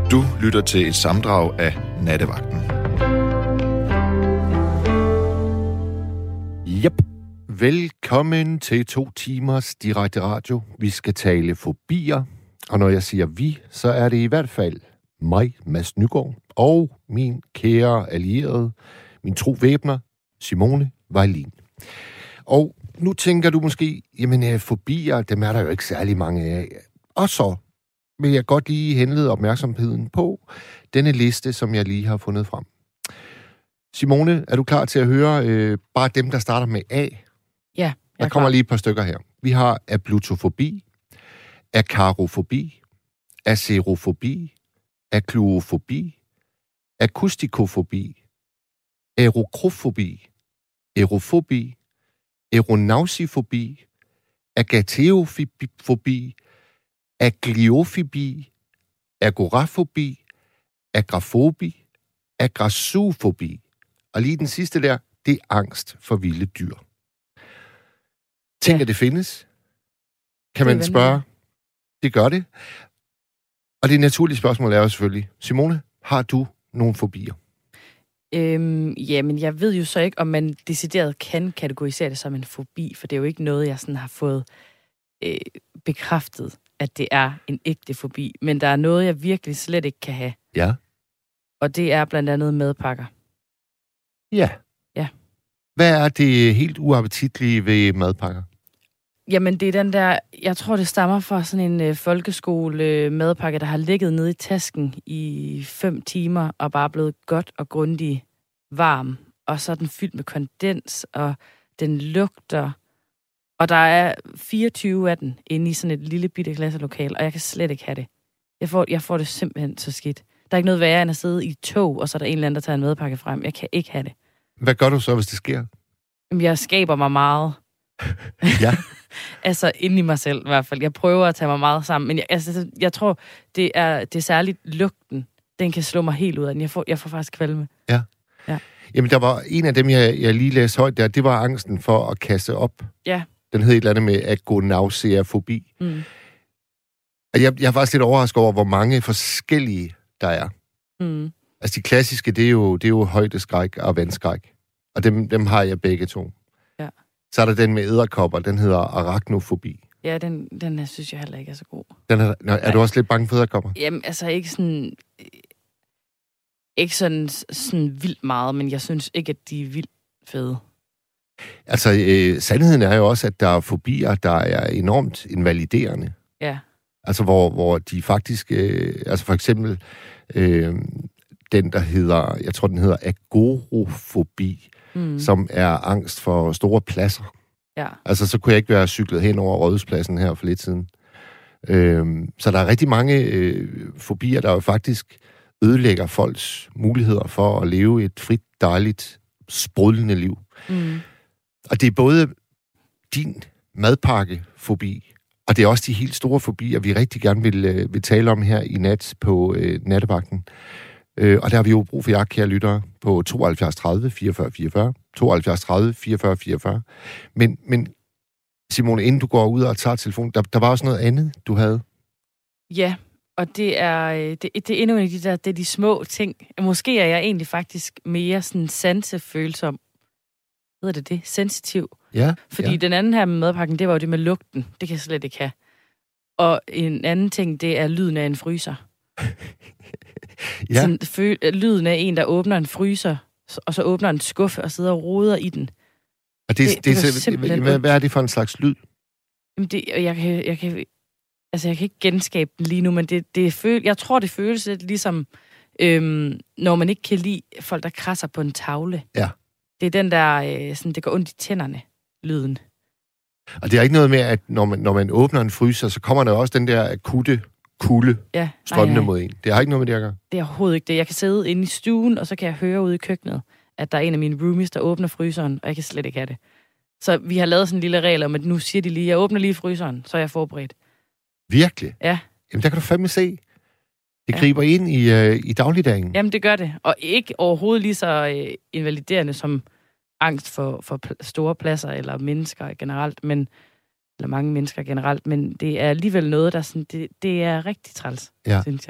Du lytter til et sammendrag af Nattevagten. Yep. Velkommen til 2 timers direkte radio. Vi skal tale fobier. Og når jeg siger vi, så er det i hvert fald mig, Mads Nygaard, og min kære allierede, min tro væbner, Simone Vejlin. Og nu tænker du måske, jamen fobier, dem er der jo ikke særlig mange af. Og så vil jeg godt lige henlede opmærksomheden på denne liste, som jeg lige har fundet frem. Simone, er du klar til at høre bare dem, der starter med A? Ja, der kommer lige et par stykker her. Vi har ablutofobi, akarofobi, aserofobi, akluofobi, akustikofobi, aerokrofobi, aerofobi, aeronausifobi, agateofobi, agliofobi, agorafobi, agrafobi, aggrassofobi. Og lige den sidste der, det er angst for vilde dyr. Tænk, at det findes. Kan man spørge? Det gør det. Og det naturlige spørgsmål er jo selvfølgelig, Simone, har du nogle fobier? Jamen, jeg ved jo så ikke, om man decideret kan kategorisere det som en fobi, for det er jo ikke noget, jeg sådan har fået bekræftet, at det er en ægte fobi. Men der er noget, jeg virkelig slet ikke kan have. Ja. Og det er blandt andet madpakker. Ja. Ja. Hvad er det helt uappetitlige ved madpakker? Jamen, det er den der, jeg tror, det stammer fra sådan en folkeskole madpakke, der har ligget nede i tasken i 5 timer, og bare blevet godt og grundigt varm. Og så er den fyldt med kondens, og den lugter. Og der er 24 af den inde i sådan et lille bitte klasselokal, og jeg kan slet ikke have det. Jeg får det simpelthen så skidt. Der er ikke noget værre end at sidde i et tog, og så er der en eller anden, der tager en madpakke frem. Jeg kan ikke have det. Hvad gør du så, hvis det sker? Jamen, jeg skaber mig meget. Ja. Altså, inde i mig selv i hvert fald. Jeg prøver at tage mig meget sammen. Men jeg tror, det er særligt lugten. Den kan slå mig helt ud af den. Jeg får faktisk kvalme. Ja. Jamen, der var en af dem, jeg lige læste højt der. Det var angsten for at kaste op. Ja. Den hed et eller andet med agonauseafobi. Mm. Og jeg er faktisk lidt overrasket over, hvor mange forskellige der er. Mm. Altså, de klassiske, det er jo højdeskræk og vandskræk. Og dem har jeg begge to. Ja. Så er der den med edderkopper, den hedder arachnofobi. Ja, den synes jeg heller ikke er så god. Er du også lidt bange for edderkopper? Jamen, altså ikke sådan vildt meget, men jeg synes ikke, at de er vildt fede. Altså, sandheden er jo også, at der er fobier, der er enormt invaliderende. Ja. Altså, hvor de faktisk... altså, for eksempel den, der hedder... Jeg tror, den hedder agorofobi, som er angst for store pladser. Ja. Altså, så kunne jeg ikke være cyklet hen over Rådhuspladsen her for lidt siden. Så der er rigtig mange fobier, der jo faktisk ødelægger folks muligheder for at leve et frit, dejligt, sprudlende liv. Mm. Og det er både din madpakkefobi, og det er også de helt store fobier, vi rigtig gerne vil tale om her i nat på Nattevagten. Og der har vi jo brug for jer, kære lyttere, på 72 30 44 44, 72 30 44 44. Men Simone, inden du går ud og tager telefonen, der var også noget andet, du havde. Ja, og det er endnu en af det er de små ting. Måske er jeg egentlig faktisk mere sådan sansefølsom. Hedder det? Sensitiv. Ja. Fordi den anden her med madpakken, det var jo det med lugten. Det kan jeg slet ikke have. Og en anden ting, det er lyden af en fryser. Ja. Sådan, lyden af en, der åbner en fryser, og så åbner en skuffe og sidder og roder i den. Og hvad er det for en slags lyd? Jamen jeg kan ikke genskabe den lige nu, men jeg tror, det føles lidt ligesom, når man ikke kan lide folk, der krasser på en tavle. Ja. Det er den der, sådan, det går ondt i tænderne, lyden. Og det er ikke noget med, at når man åbner en fryser, så kommer der også den der akutte kulde strømmende mod en. Det har ikke noget med det at gøre. Det er overhovedet ikke det. Jeg kan sidde inde i stuen, og så kan jeg høre ude i køkkenet, at der er en af mine roomies, der åbner fryseren, og jeg kan slet ikke have det. Så vi har lavet sådan en lille regel om, at nu siger de lige, jeg åbner lige fryseren, så er jeg forberedt. Virkelig? Ja. Jamen, der kan du fandme se. Det griber ind i dagligdagen. Jamen, det gør det. Og ikke overhovedet lige så invaliderende som angst for store pladser eller mennesker generelt, eller mange mennesker generelt, men det er alligevel noget, der sådan, det er rigtig træls, synes jeg.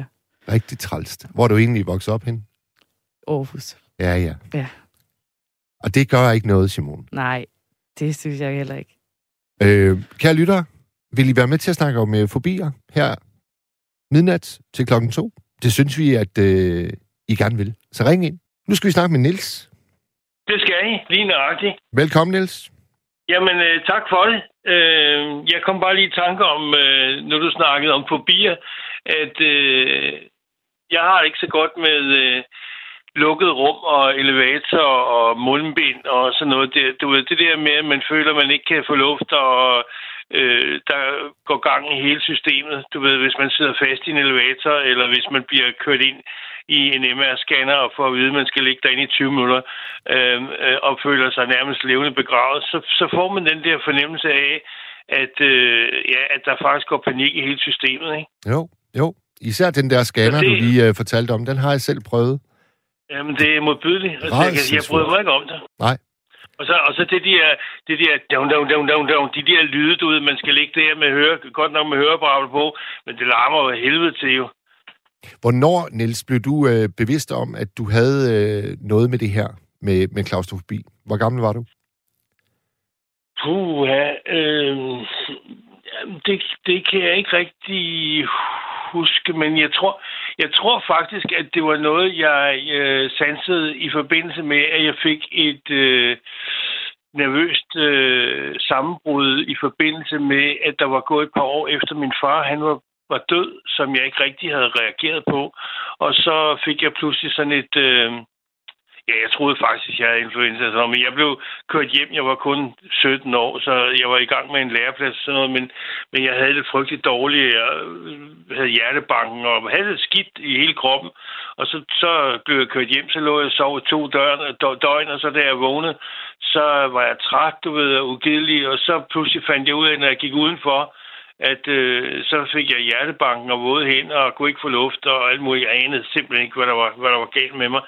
Rigtig trælst. Hvor er du egentlig vokset op hen? Aarhus. Ja. Ja. Og det gør ikke noget, Simon. Nej, det synes jeg heller ikke. Kære lyttere, vil I være med til at snakke om fobier her midnat til 2:00? Det synes vi, at I gerne vil. Så ring ind. Nu skal vi snakke med Niels. Det skal I, lige nøjagtigt. Velkommen, Niels. Jamen, tak for det. Jeg kom bare lige i tanke om, når du snakkede om fobier, at jeg har det ikke så godt med lukket rum og elevator og mundbind og sådan noget. Du ved, det der med, at man føler, at man ikke kan få luft, og der går gang i hele systemet. Du ved, hvis man sidder fast i en elevator, eller hvis man bliver kørt ind i en MR-scanner og får at vide, at man skal ligge derinde i 20 minutter og føler sig nærmest levende begravet, så får man den der fornemmelse af, at der faktisk går panik i hele systemet, ikke? Jo. Især den der scanner, du lige fortalte om, den har jeg selv prøvet. Jamen, det er modbydeligt. Altså, jeg bryder mig ikke om det. Nej. Og så det der de der lyde, du ved, man skal ligge der med godt nok med høreapparater på, men det larmer jo helvede til jo. Hvornår, Niels, blev du bevidst om, at du havde noget med det her, med klaustrofobi? Hvor gammel var du? Det kan jeg ikke rigtig huske, men jeg tror faktisk, at det var noget, jeg sansede i forbindelse med, at jeg fik et nervøst sammenbrud i forbindelse med, at der var gået et par år efter min far, han var død, som jeg ikke rigtig havde reageret på. Og så fik jeg pludselig sådan et... jeg troede faktisk, jeg havde influenza, men jeg blev kørt hjem. Jeg var kun 17 år, så jeg var i gang med en læreplads og sådan noget, men jeg havde det frygteligt dårligt. Jeg havde hjertebanken og havde det skidt i hele kroppen. Og så blev jeg kørt hjem, så lå jeg og sov 2 døgn, og så da jeg vågnede, så var jeg træt, du ved, og ugidelig, og så pludselig fandt jeg ud af, når jeg gik udenfor, at så fik jeg hjertebanken og våde hænder og kunne ikke få luft og alt muligt. Jeg anede simpelthen ikke, hvad der var galt med mig.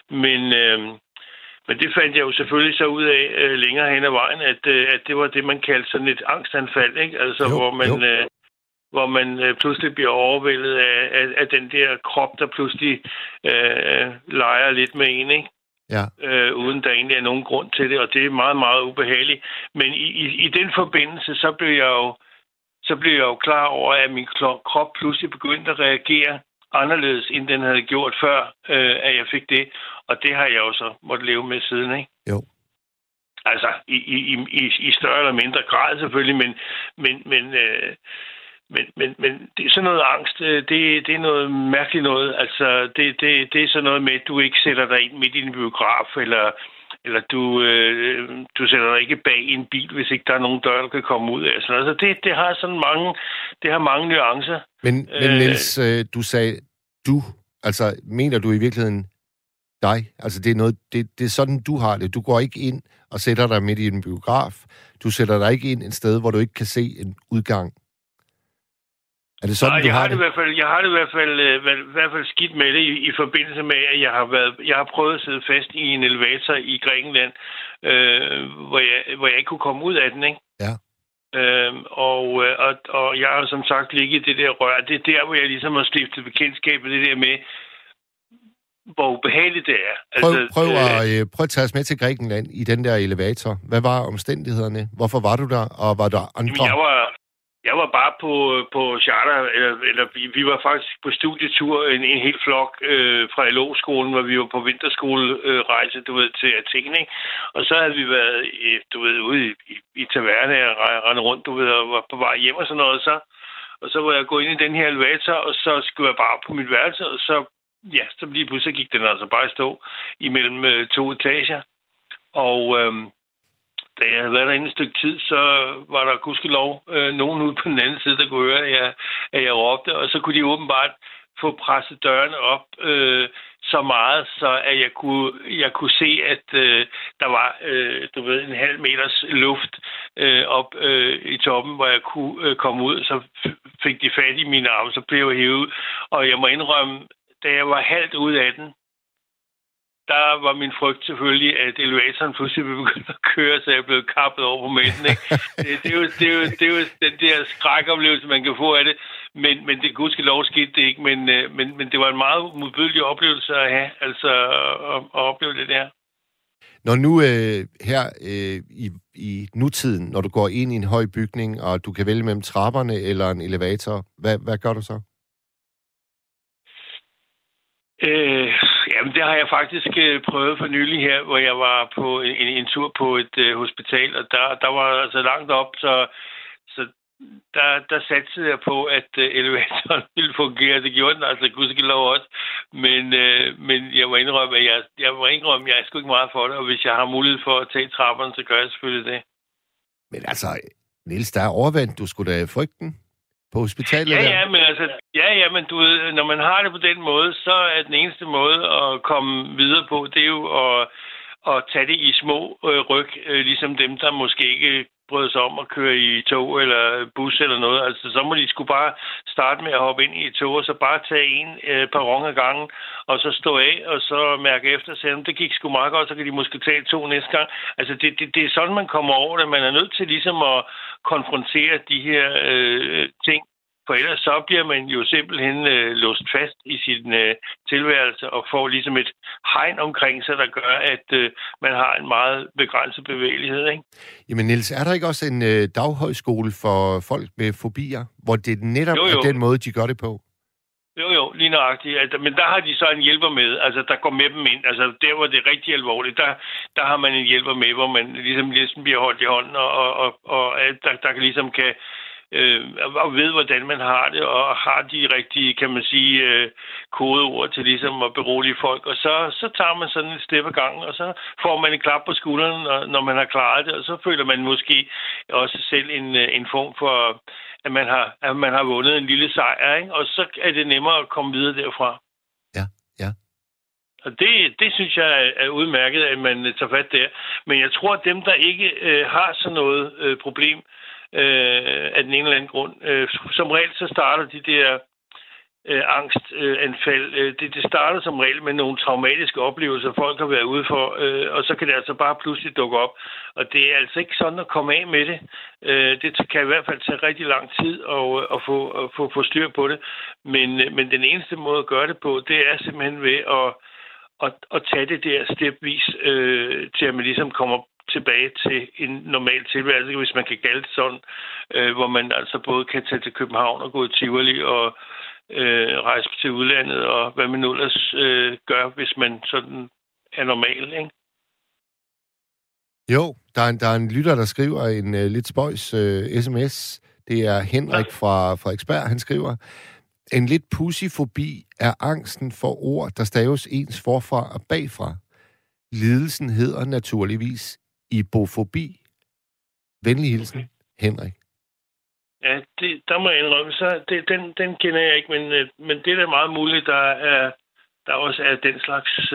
Men det fandt jeg jo selvfølgelig så ud af længere hen ad vejen, at det var det, man kaldte sådan et angstanfald, ikke? Altså, hvor man pludselig bliver overvældet af den der krop, der pludselig leger lidt med en, ikke? Ja. Uden der egentlig er nogen grund til det, og det er meget, meget ubehageligt. Men i den forbindelse, så blev jeg jo klar over, at min krop pludselig begyndte at reagere anderledes, end den havde gjort før, at jeg fik det. Og det har jeg jo så måtte leve med siden, ikke? Jo. Altså, i større eller mindre grad selvfølgelig, men det er sådan noget angst, det er noget mærkeligt noget. Altså, det er sådan noget med, at du ikke sætter dig ind midt i en biograf, eller du sætter dig ikke bag i en bil, hvis ikke der er nogen dør, du kan komme ud af. Altså, det har sådan mange nuancer. Men Niels, du sagde du. Altså, mener du i virkeligheden dig? Altså, det er sådan, du har det. Du går ikke ind og sætter dig midt i en biograf. Du sætter dig ikke ind et sted, hvor du ikke kan se en udgang. Er det sådan, nej, du har det? Jeg har det i hvert fald skidt med det i forbindelse med, at jeg har prøvet at sidde fast i en elevator i Grækenland, hvor jeg ikke kunne komme ud af den, ikke? Ja. Og jeg har som sagt ligget i det der rør. Det er der, hvor jeg ligesom har stiftet bekendtskab med det der med, hvor ubehageligt det er. Prøv at tage os med til Grækenland i den der elevator. Hvad var omstændighederne? Hvorfor var du der, og var der andre? Jeg var bare på charter, eller vi var faktisk på studietur, en hel flok fra LO-skolen, hvor vi var på vinterskolerejse, til Athen, ikke? Og så havde vi været, ude i Taverne og rende rundt, og var på vej hjem og sådan noget, og så var jeg gået ind i den her elevator, og så skulle jeg bare på mit værelse, og så lige pludselig gik den altså bare i stå imellem 2 etager. Og da jeg havde været der et stykke tid, så var der gudskelov nogen ude på den anden side, der kunne høre, at jeg råbte, og så kunne de åbenbart få presset dørene op så meget, så at jeg kunne se, at der var en halv meters luft op i toppen, hvor jeg kunne komme ud. Så fik de fat i mine arme, så blev jeg hævet. Og jeg må indrømme, da jeg var halvt ud af den, der var min frygt selvfølgelig, at elevatoren pludselig begyndte at køre, så jeg blev kappet over på midten, ikke? Det er jo den der skrækoplevelse, man kan få af det. Men det gudskelov skete det ikke, men det var en meget modbydelig oplevelse at have, altså at opleve det der. Når nu her i nutiden, når du går ind i en høj bygning, og du kan vælge mellem trapperne eller en elevator, hvad gør du så? Jamen, det har jeg faktisk prøvet for nylig her, hvor jeg var på en tur på et hospital, og der var altså langt op, så der satsede jeg på, at elevatoren ville fungere. Det gjorde den altså gudskelov også. Men jeg må indrømme, at jeg er sgu ikke meget for det, og hvis jeg har mulighed for at tage trapperne, så gør jeg selvfølgelig det. Men altså, Niels, der er overvandt. Du skulle da frygten på hospitalet Ja, men du ved, når man har det på den måde, så er den eneste måde at komme videre på, det er jo at tage det i små ryg, ligesom dem, der måske ikke bryder sig om at køre i tog eller bus eller noget. Altså, så må de sgu bare starte med at hoppe ind i et tog, og så bare tage en perron ad gangen, og så stå af, og så mærke efter, selvom det gik sgu meget godt, så kan de måske tage 2 næste gang. Altså, det er sådan, man kommer over det. Man er nødt til ligesom at konfrontere de her ting, for ellers så bliver man jo simpelthen låst fast i sin tilværelse og får ligesom et hegn omkring sig, der gør, at man har en meget begrænset bevægelighed, ikke? Jamen Niels, er der ikke også en daghøjskole for folk med fobier, hvor det netop er den måde, de gør det på? Jo, lige nøjagtigt. Altså, men der har de så en hjælper med, altså der går med dem ind. Altså der, hvor det er rigtig alvorligt, der har man en hjælper med, hvor man ligesom bliver holdt i hånden, og der kan ligesom kan og ved, hvordan man har det, og har de rigtige, kan man sige, kodeord til ligesom at berolige folk. Og så tager man sådan et step ad gangen, og så får man et klap på skulderen, når man har klaret det, og så føler man måske også selv en form for, at man har vundet en lille sejr, ikke? Og så er det nemmere at komme videre derfra. Ja. Og det synes jeg er udmærket, at man tager fat der. Men jeg tror, at dem, der ikke har sådan noget problem, af den ene eller anden grund. Som regel så starter de der angstanfald. Det starter som regel med nogle traumatiske oplevelser, folk har været ude for, og så kan det altså bare pludselig dukke op. Og det er altså ikke sådan at komme af med det. Det kan i hvert fald tage rigtig lang tid at få styr på det. Men den eneste måde at gøre det på, det er simpelthen ved at tage det der stepvis til at man ligesom kommer tilbage til en normal tilværelse, hvis man kan kalde det sådan, hvor man altså både kan tage til København og gå i Tivoli og rejse til udlandet, og hvad man nu ellers gør, hvis man sådan er normal, ikke? Jo, der er en lytter, der skriver en lidt spøjs sms. Det er Henrik fra Frederiksberg, han skriver: en lidt pudsig fobi er angsten for ord, der staves ens forfra og bagfra. Lidelsen hedder naturligvis ibofobi. Venlig hilsen, Henrik. Ja, der må jeg indrømme, så den kender jeg ikke, men det er da meget muligt, der også er den slags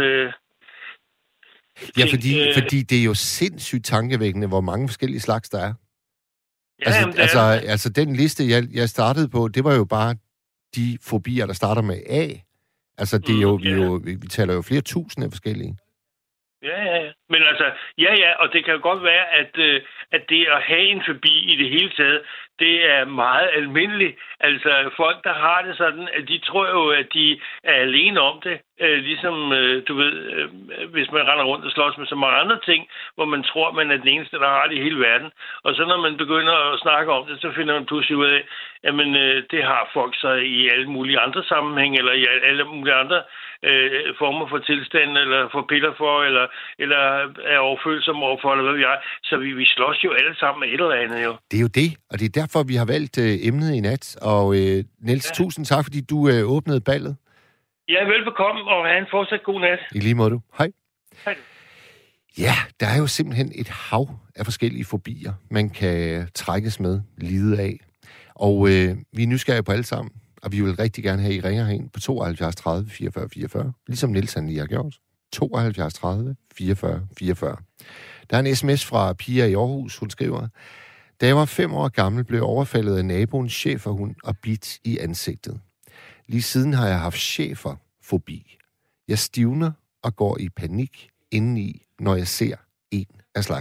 ja, fordi det er jo sindssygt tankevækkende, hvor mange forskellige slags der er. Ja, altså den liste, jeg startede på, det var jo bare de fobier, der starter med A. Altså, det er jo, vi taler jo flere tusinde forskellige. Ja. Men altså, og det kan jo godt være, at det at have en fobi i det hele taget, det er meget almindeligt. Altså, folk, der har det sådan, at de tror jo, at de er alene om det. Ligesom, du ved, hvis man render rundt og slås med så mange andre ting, hvor man tror, man er den eneste, der har det i hele verden. Og så når man begynder at snakke om det, så finder man pludselig ud af, jamen, det har folk så i alle mulige andre sammenhæng, eller i alle mulige andre former for tilstand, eller for piller for, eller er overfølsomme overfor, eller hvad vi er. Så vi slås jo alle sammen med et eller andet, jo. Det er jo det, og det er derfor, vi har valgt emnet i nat. Og Niels, tusind tak, fordi du åbnede ballet. Ja, velbekomme, og have en fortsat god nat. I lige måde, du. Hej. Hej. Ja, der er jo simpelthen et hav af forskellige fobier, man kan trækkes med, lide af. Og vi er nysgerrige på alle sammen, og vi vil rigtig gerne have, I ringer herind på 72 30 44 44, ligesom Niels han lige har gjort. 72 30 44 44. Der er en sms fra Pia i Aarhus, hun skriver: da jeg var 5 år gammel, blev jeg overfaldet af naboens schæferhund og bidt i ansigtet. Lige siden har jeg haft schæferfobi. Jeg stivner og går i panik indeni, når jeg ser en af slagsen.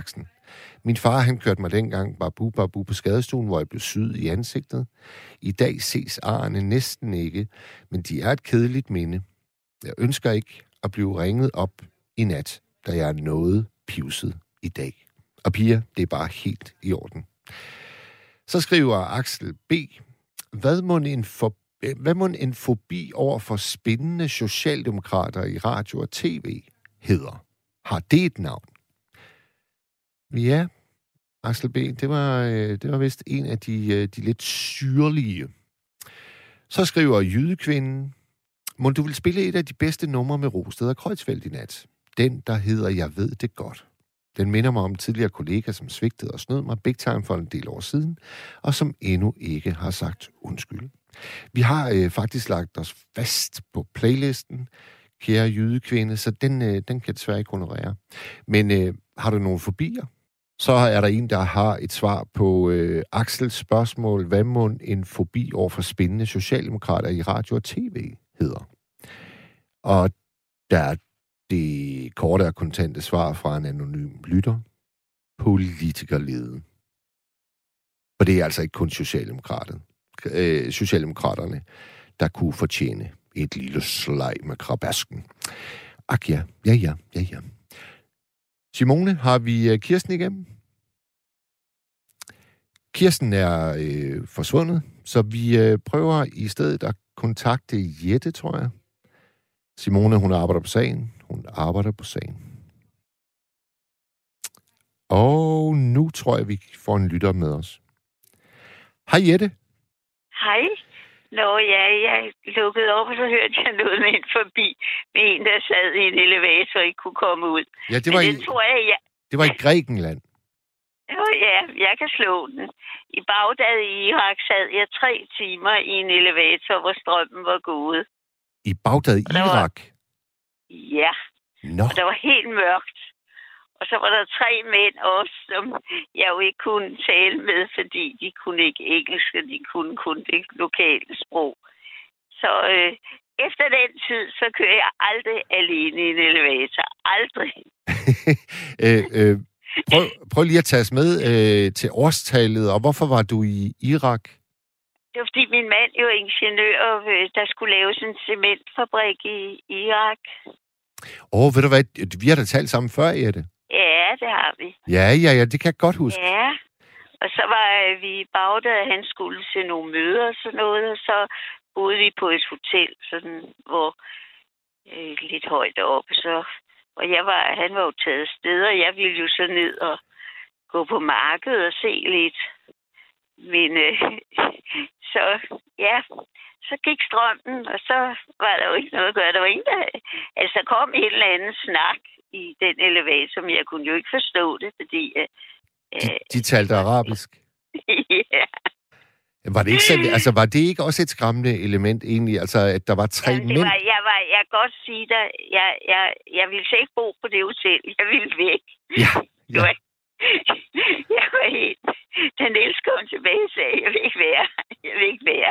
Min far, han kørte mig dengang babu på skadestuen, hvor jeg blev syet i ansigtet. I dag ses arrene næsten ikke, men de er et kedeligt minde. Jeg ønsker ikke at blive ringet op i nat, da jeg er noget pivset i dag. Og piger, det er bare helt i orden. Så skriver Axel B. Hvad må en fobi over for spændende socialdemokrater i radio og tv hedder? Har det et navn? Ja, Axel B., det var vist en af de lidt syrlige. Så skriver Jydekvinden, må du vil spille et af de bedste numre med Rosted og Kreuzfeldt i nat? Den, der hedder Jeg ved det godt. Den minder mig om tidligere kollega, som svigtede og snød mig big time for en del år siden, og som endnu ikke har sagt undskyld. Vi har faktisk lagt os fast på playlisten, kære Jydekvinde, så den kan desværre ikke honorere. Men har du nogle fobier? Så er der en, der har et svar på Axels spørgsmål. Hvad må en fobi over for spændende socialdemokrater i radio og tv hedder? Og der er det korte og kontante svar fra en anonym lytter. Politikerlede. For det er altså ikke kun socialdemokraterne, der kunne fortjene et lille slag med krabasken. Ak ja. Simone, har vi Kirsten igennem? Kirsten er forsvundet, så vi prøver i stedet at kontakte Jette, tror jeg. Simone, hun arbejder på sagen. Og nu tror jeg, vi får en lytter med os. Hej Jette. Hej. Jeg lukkede op, og så hørte jeg noget med en forbi med en, der sad i en elevator og ikke kunne komme ud. Ja, det var i Grækenland. Ja, jeg kan slå den. I Bagdad i Irak sad jeg 3 timer i en elevator, hvor strømmen var gået. I Bagdad i Irak? Ja. Nå. Og der var helt mørkt. Og så var der 3 mænd også, som jeg jo ikke kunne tale med, fordi de kunne ikke engelsk, og de kunne kun det lokale sprog. Så efter den tid, så kører jeg aldrig alene i en elevator. Aldrig. Prøv lige at tage os med til årstallet, og hvorfor var du i Irak? Det var fordi min mand jo er ingeniør, der skulle laves en cementfabrik i Irak. Ved du hvad, vi har da talt sammen før, Jette. Ja, det har vi. Ja, det kan jeg godt huske. Ja, og så var vi i Bagdad, han skulle til nogle møder og sådan noget, og så boede vi på et hotel, sådan, hvor lidt højt oppe, så... Og han var jo taget sted, og jeg ville jo så ned og gå på markedet og se lidt. Men så gik strømmen, og så var der jo ikke noget at gøre. Der var ingen, der... Altså, der kom en eller anden snak i den elevator, men jeg kunne jo ikke forstå det, fordi... De talte arabisk? Ja. Var det ikke sådan, altså, var det ikke også et skræmmende element egentlig, altså at der var 3 mænd? Jeg kan godt sige dig, jeg ville slet ikke bo på det hotel. Jeg ville væk. Ja. Jeg var helt... Da Niels kom tilbage og sagde, jeg vil ikke være.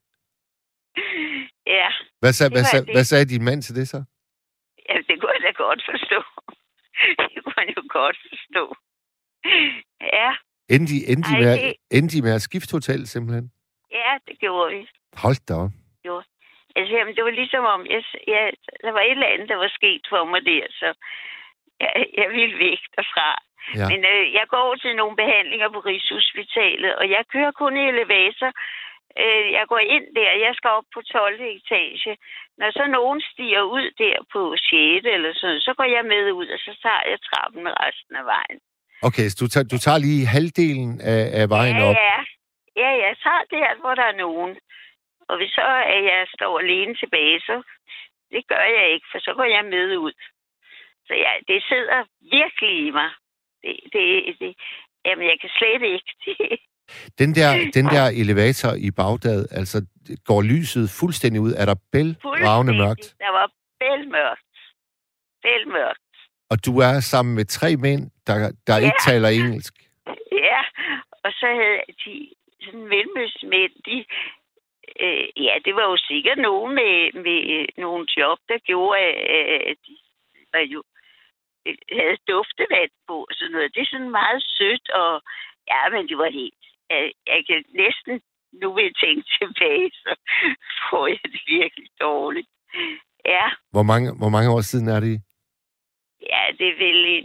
Ja. Hvad sagde din mand til det så? Ja, det kunne jeg da godt forstå. Det kunne han jo godt forstå. Ja. Endte de med at skifte hotel, simpelthen? Ja, det gjorde vi. Hold da op. Jo. Altså, jamen, det var ligesom om, der var et eller andet, der var sket for mig der, så jeg ville væk derfra. Ja. Men jeg går til nogle behandlinger på Rigshospitalet, og jeg kører kun i elevator. Jeg går ind der, jeg skal op på 12. etage. Når så nogen stiger ud der på 6. eller sådan, så går jeg med ud, og så tager jeg trappen resten af vejen. Okay, så du tager lige halvdelen af vejen op? Ja, jeg tager der, hvor der er nogen. Og hvis så jeg står alene tilbage, så det gør jeg ikke, for så går jeg med ud. Så det sidder virkelig i mig. Jamen, jeg kan slet ikke. Den der elevator i Bagdad, altså går lyset fuldstændig ud? Er der bælragende mørkt? Der var bælmørkt. Og du er sammen med 3 mænd, der ikke taler engelsk? Ja, og så havde de sådan mellemøstmænd, det var jo sikkert nogen med nogle job, der gjorde, at de var jo havde duftevand på og sådan noget. Det er sådan meget sødt, og ja, men det var helt... Jeg kan næsten, nu vil jeg tænke tilbage, så får jeg det virkelig dårligt. Ja. Hvor mange år siden er det? Ja, det er vel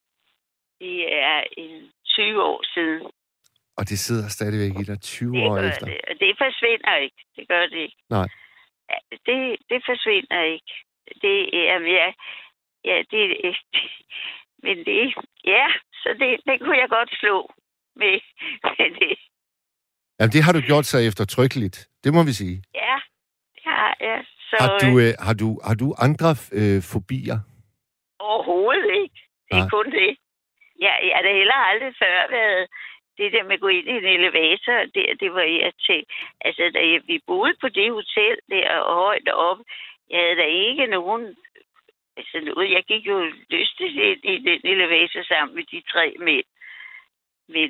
det er en 20 år siden. Og det sidder stadigvæk i dig 20 år efter? Det, og det forsvinder ikke. Det gør det ikke. Nej. Ja, det forsvinder ikke. Det er mere... Ja, det... Men det... Ja, så det kunne jeg godt slå med det. Jamen, det har du gjort så eftertrykkeligt. Det må vi sige. Ja, det har jeg. Så, har du andre fobier? Overhovedet ikke. Det er kun det. Jeg har da heller aldrig før været det der med at gå ind i en elevator. Det var jeg til. Altså, da vi boede på det hotel der og højt oppe, jeg havde da ikke nogen... Altså, jeg gik jo lystigt ind i den elevator sammen med de 3 mænd. Men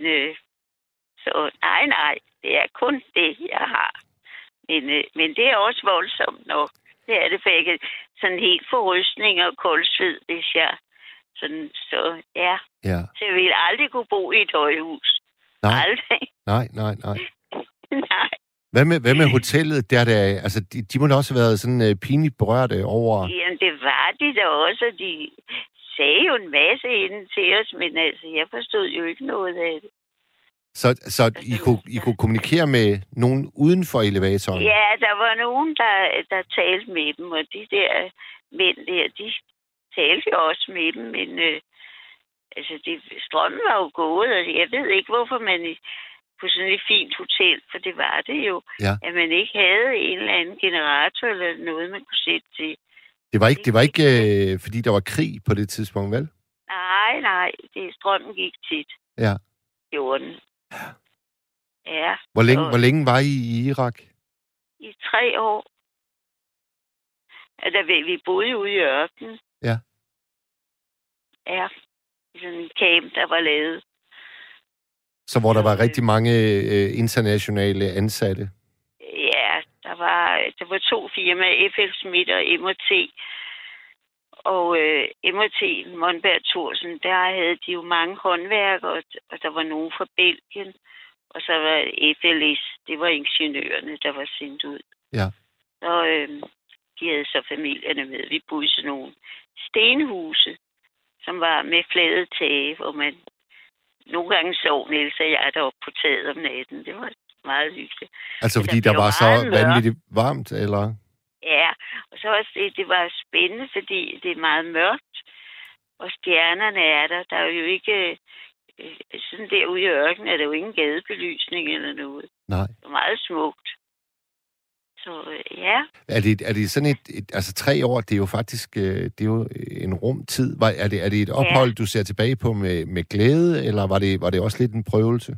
så nej, det er kun det, jeg har. Men det er også voldsomt nok. Det er det, for jeg kan sådan helt få rystninger og koldsved, hvis jeg sådan, så ja. Så jeg ville aldrig kunne bo i et højhus. Nej. Aldrig. Nej. Nej. Hvad med hotellet der? Altså, de må da også have været sådan pinligt berørte over... Jamen, det var de da også, og de sagde jo en masse inden til os, men altså, jeg forstod jo ikke noget af det. Så I kunne kommunikere med nogen uden for elevatoren? Ja, der var nogen, der talte med dem, og de der mænd der, de talte jo også med dem, men altså, strømmen var jo gået, og jeg ved ikke, hvorfor man på sådan et fint hotel, for det var det jo, at man ikke havde en eller anden generator eller noget, man kunne sætte til. Det var ikke fordi der var krig på det tidspunkt, vel? Nej, strømmen gik tit. Ja. Gjorde den. Ja. Hvor længe var I i Irak? I 3 år. Altså, vi boede ude i ørkenen. Ja. Ja. Sådan en camp, der var lavet. Så hvor der var rigtig mange internationale ansatte? Ja, der var 2 firmaer, FL Schmidt og MT. Og MT, Monberg Thorsen, der havde de jo mange håndværkere, og der var nogen fra Belgien. Og så var FLS, det var ingeniørerne, der var sendt ud. Ja. Og de havde så familierne med. Vi boede i sådan nogle stenhuse, som var med flade tage, hvor man nogle gange sov Niels og jeg deroppe på taget om natten. Det var meget hyggeligt. Altså fordi der var så vanvittigt varmt, eller? Ja, og så også det var spændende, fordi det er meget mørkt, og stjernerne er der. Der er jo ikke... sådan derude i ørkenen er der jo ingen gadebelysning eller noget. Nej. Det er meget smukt. Så ja. Er det sådan altså 3 år, det er jo faktisk det er jo en rumtid. Er det et ophold, du ser tilbage på med glæde, eller var det også lidt en prøvelse?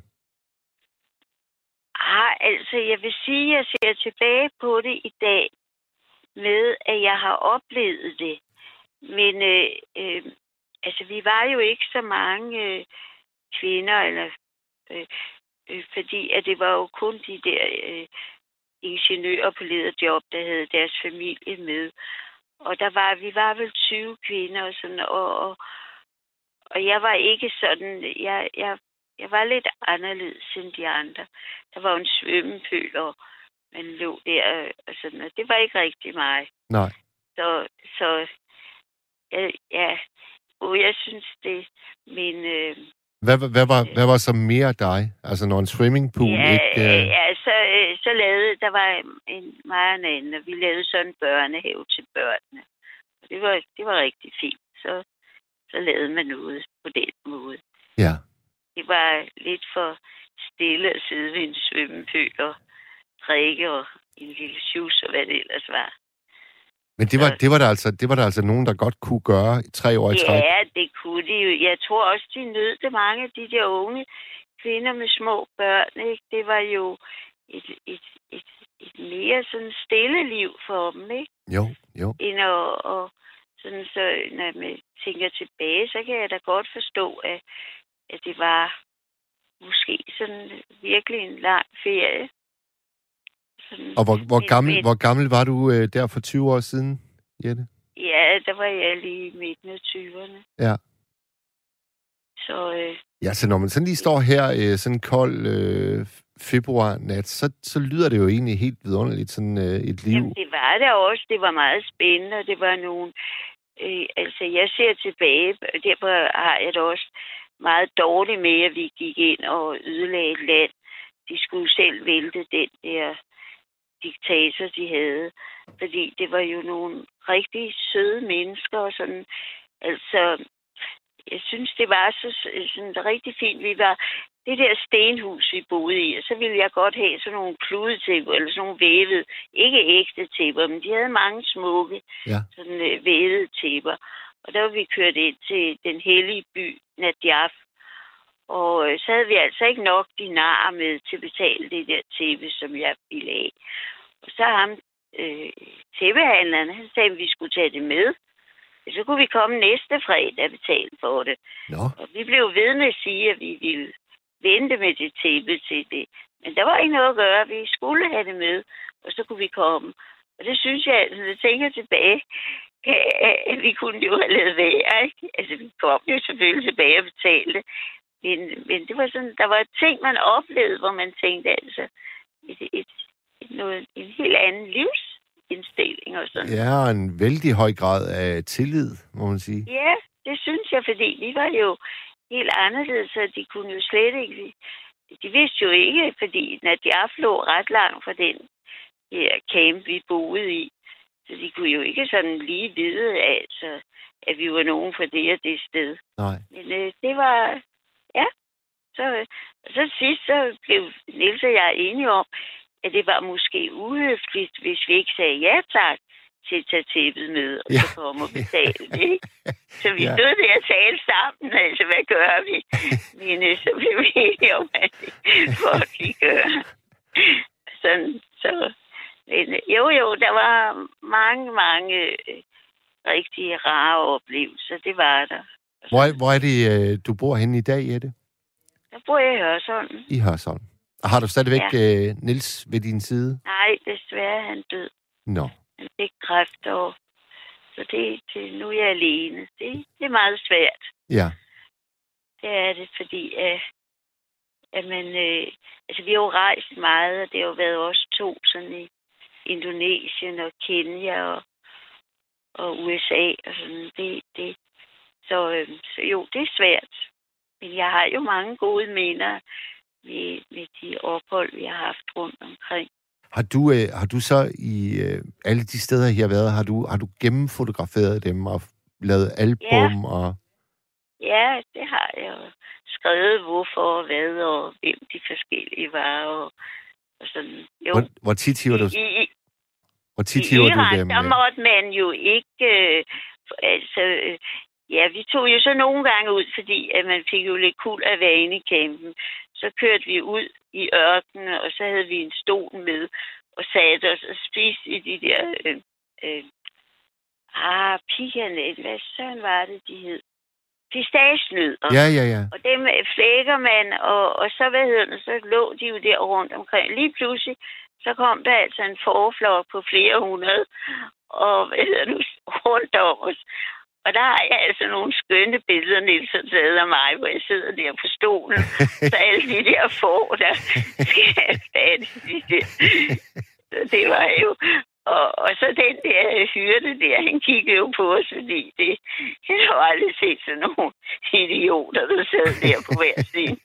Altså jeg vil sige, at jeg ser tilbage på det i dag med, at jeg har oplevet det. Men altså vi var jo ikke så mange kvinder, eller fordi at det var jo kun de der ingeniører på lederjob, der havde deres familie med. Og vi var vel 20 kvinder og sådan, og jeg var ikke sådan, jeg var lidt anderledes end de andre. Der var jo en svømmepøl, og man lå der og sådan, og det var ikke rigtig mig. Nej. Så ja, jeg synes det, men... Hvad var så mere dig? Altså når en swimmingpool ikke... Ja, så lavede... Der var mig og en anden, og vi lavede sådan en børnehave til børnene. Og det var rigtig fint. Så lavede man noget på den måde. Ja. Det var lidt for stille at sidde ved en svømmepøl og drikke og en lille sjus og hvad det ellers var. Men det var der altså nogen, der godt kunne gøre 3 år i træk. Ja, det kunne de jo. Jeg tror også, de nød det, mange af de der unge kvinder med små børn. Ikke? Det var jo et mere sådan stille liv for dem, ikke? Jo. End og sådan, så når man tænker tilbage, så kan jeg da godt forstå, at det var måske sådan virkelig en lang ferie. Og hvor gammel var du der for 20 år siden, Jette? Ja, der der var jeg lige i midten af 20'erne. Ja. Så... Ja, så når man sådan lige står her sådan en kold februarnat, så lyder det jo egentlig helt vidunderligt, sådan et liv. Jamen, det var det også. Det var meget spændende, og det var nogle... altså, jeg ser tilbage, og derfor har jeg det også meget dårligt med, at vi gik ind og ødelagde et land. De skulle selv vælte den der diktator, de havde. Fordi det var jo nogle rigtig søde mennesker, og sådan... Altså, jeg synes, det var sådan rigtig fint. Vi var det der stenhus, vi boede i, og så ville jeg godt have sådan nogle kludetæpper, eller sådan nogle vævede, ikke ægte tæpper, men de havde mange smukke, sådan vævede tæpper. Og der var vi kørt ind til den hellige by, Najaf. Og så havde vi altså ikke nok dinarer med til at betale det der tæppe, som jeg ville have. Og så ham, tæppehandleren, han sagde, at vi skulle tage det med. Så kunne vi komme næste fredag og betale for det. Nå. Og vi blev ved med at sige, at vi ville vente med det tæppe til det. Men der var ikke noget at gøre. Vi skulle have det med, og så kunne vi komme. Og det synes jeg, når jeg tænker tilbage, at vi kunne jo have lavet være, ikke? Altså, vi kom jo selvfølgelig tilbage og betalte. Men det var sådan, der var ting, man oplevede, hvor man tænkte, altså, en helt anden livsindstilling og sådan. Ja, og en vældig høj grad af tillid, må man sige. Ja, det synes jeg, fordi vi var jo helt anderledes, så de kunne jo slet ikke... De vidste jo ikke, fordi Najaf lå ret langt fra den her camp, vi boede i. Så de kunne jo ikke sådan lige vide, altså, at vi var nogen fra det og det sted. Nej. Men det var... Ja. Så sidst så blev Niels og jeg enige om, at det var måske uhøfligt, hvis vi ikke sagde ja tak til at tage tæppet med, og så komme og betale det, ikke? Så vi stod der og talte sammen, altså, hvad gør vi? Men så blev vi enige om, at det måtte vi gøre. Sådan, så... Men, jo, der var mange rigtig rare oplevelser, det var der. Hvor er det, du bor henne i dag, Jette? Der bor jeg i Hørsholm. I Hørsholm. Og har du stadigvæk Niels ved din side? Nej, desværre er han død. Nå. Han fik kræft, og så nu er jeg alene. Det er meget svært. Ja. Det er det, fordi at man... altså, vi har jo rejst meget, og det har jo været også 2 sådan i Indonesien og Kenya og USA og sådan. Så jo, det er svært. Men jeg har jo mange gode minder med de ophold, vi har haft rundt omkring. Har du så i alle de steder, I har været, har du gennemfotograferet dem og lavet album? Og... Ja, det har jeg. Skrevet hvorfor og hvad, og hvem de forskellige var, og sådan. Jo. Hvor tit hiver du dem? Der måtte man jo ikke... vi tog jo så nogle gange ud, fordi at man fik jo lidt kul at være inde i campen. Så kørte vi ud i ørkenen, og så havde vi en stol med, og satte os og spiste i de der... pikerne. Hvad sådan var det, de hed? Pistagenødder. Ja. Og dem flækker man, og så, så lå de jo der rundt omkring. Lige pludselig, så kom der altså en forflok på flere hundrede, og rundt om os. Og der har jeg altså nogle skønne billeder, Niels har taget af mig, hvor jeg sidder der på stolen. Så alle de der får, der skal have fat i det. Det var jo... Og så den der hyrde der, han kiggede jo på os, fordi jeg har aldrig set sådan nogle idioter, der sad der på hver side.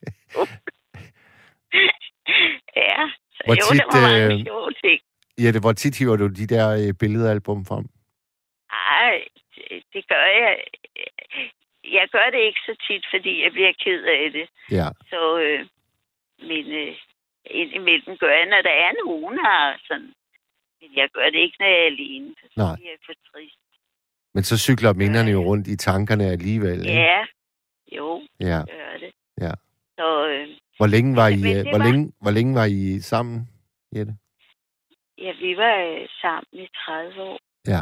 Ja, så der var mange sjove ting. Ja, hvor tit hiver du de der billedalbum frem? Ej, det gør jeg. Jeg gør det ikke så tit, fordi jeg bliver ked af det. Ja. Så, men indimellem gør jeg, når der er nogen her, sådan. Men jeg gør det ikke, når jeg er alene. Så bliver jeg for trist. Men så cykler minderne jo rundt i tankerne alligevel, ikke? Ja. Jo, ja. Gør det. Ja. Så, hvor længe var I sammen, Jette? Ja, vi var sammen i 30 år. Ja.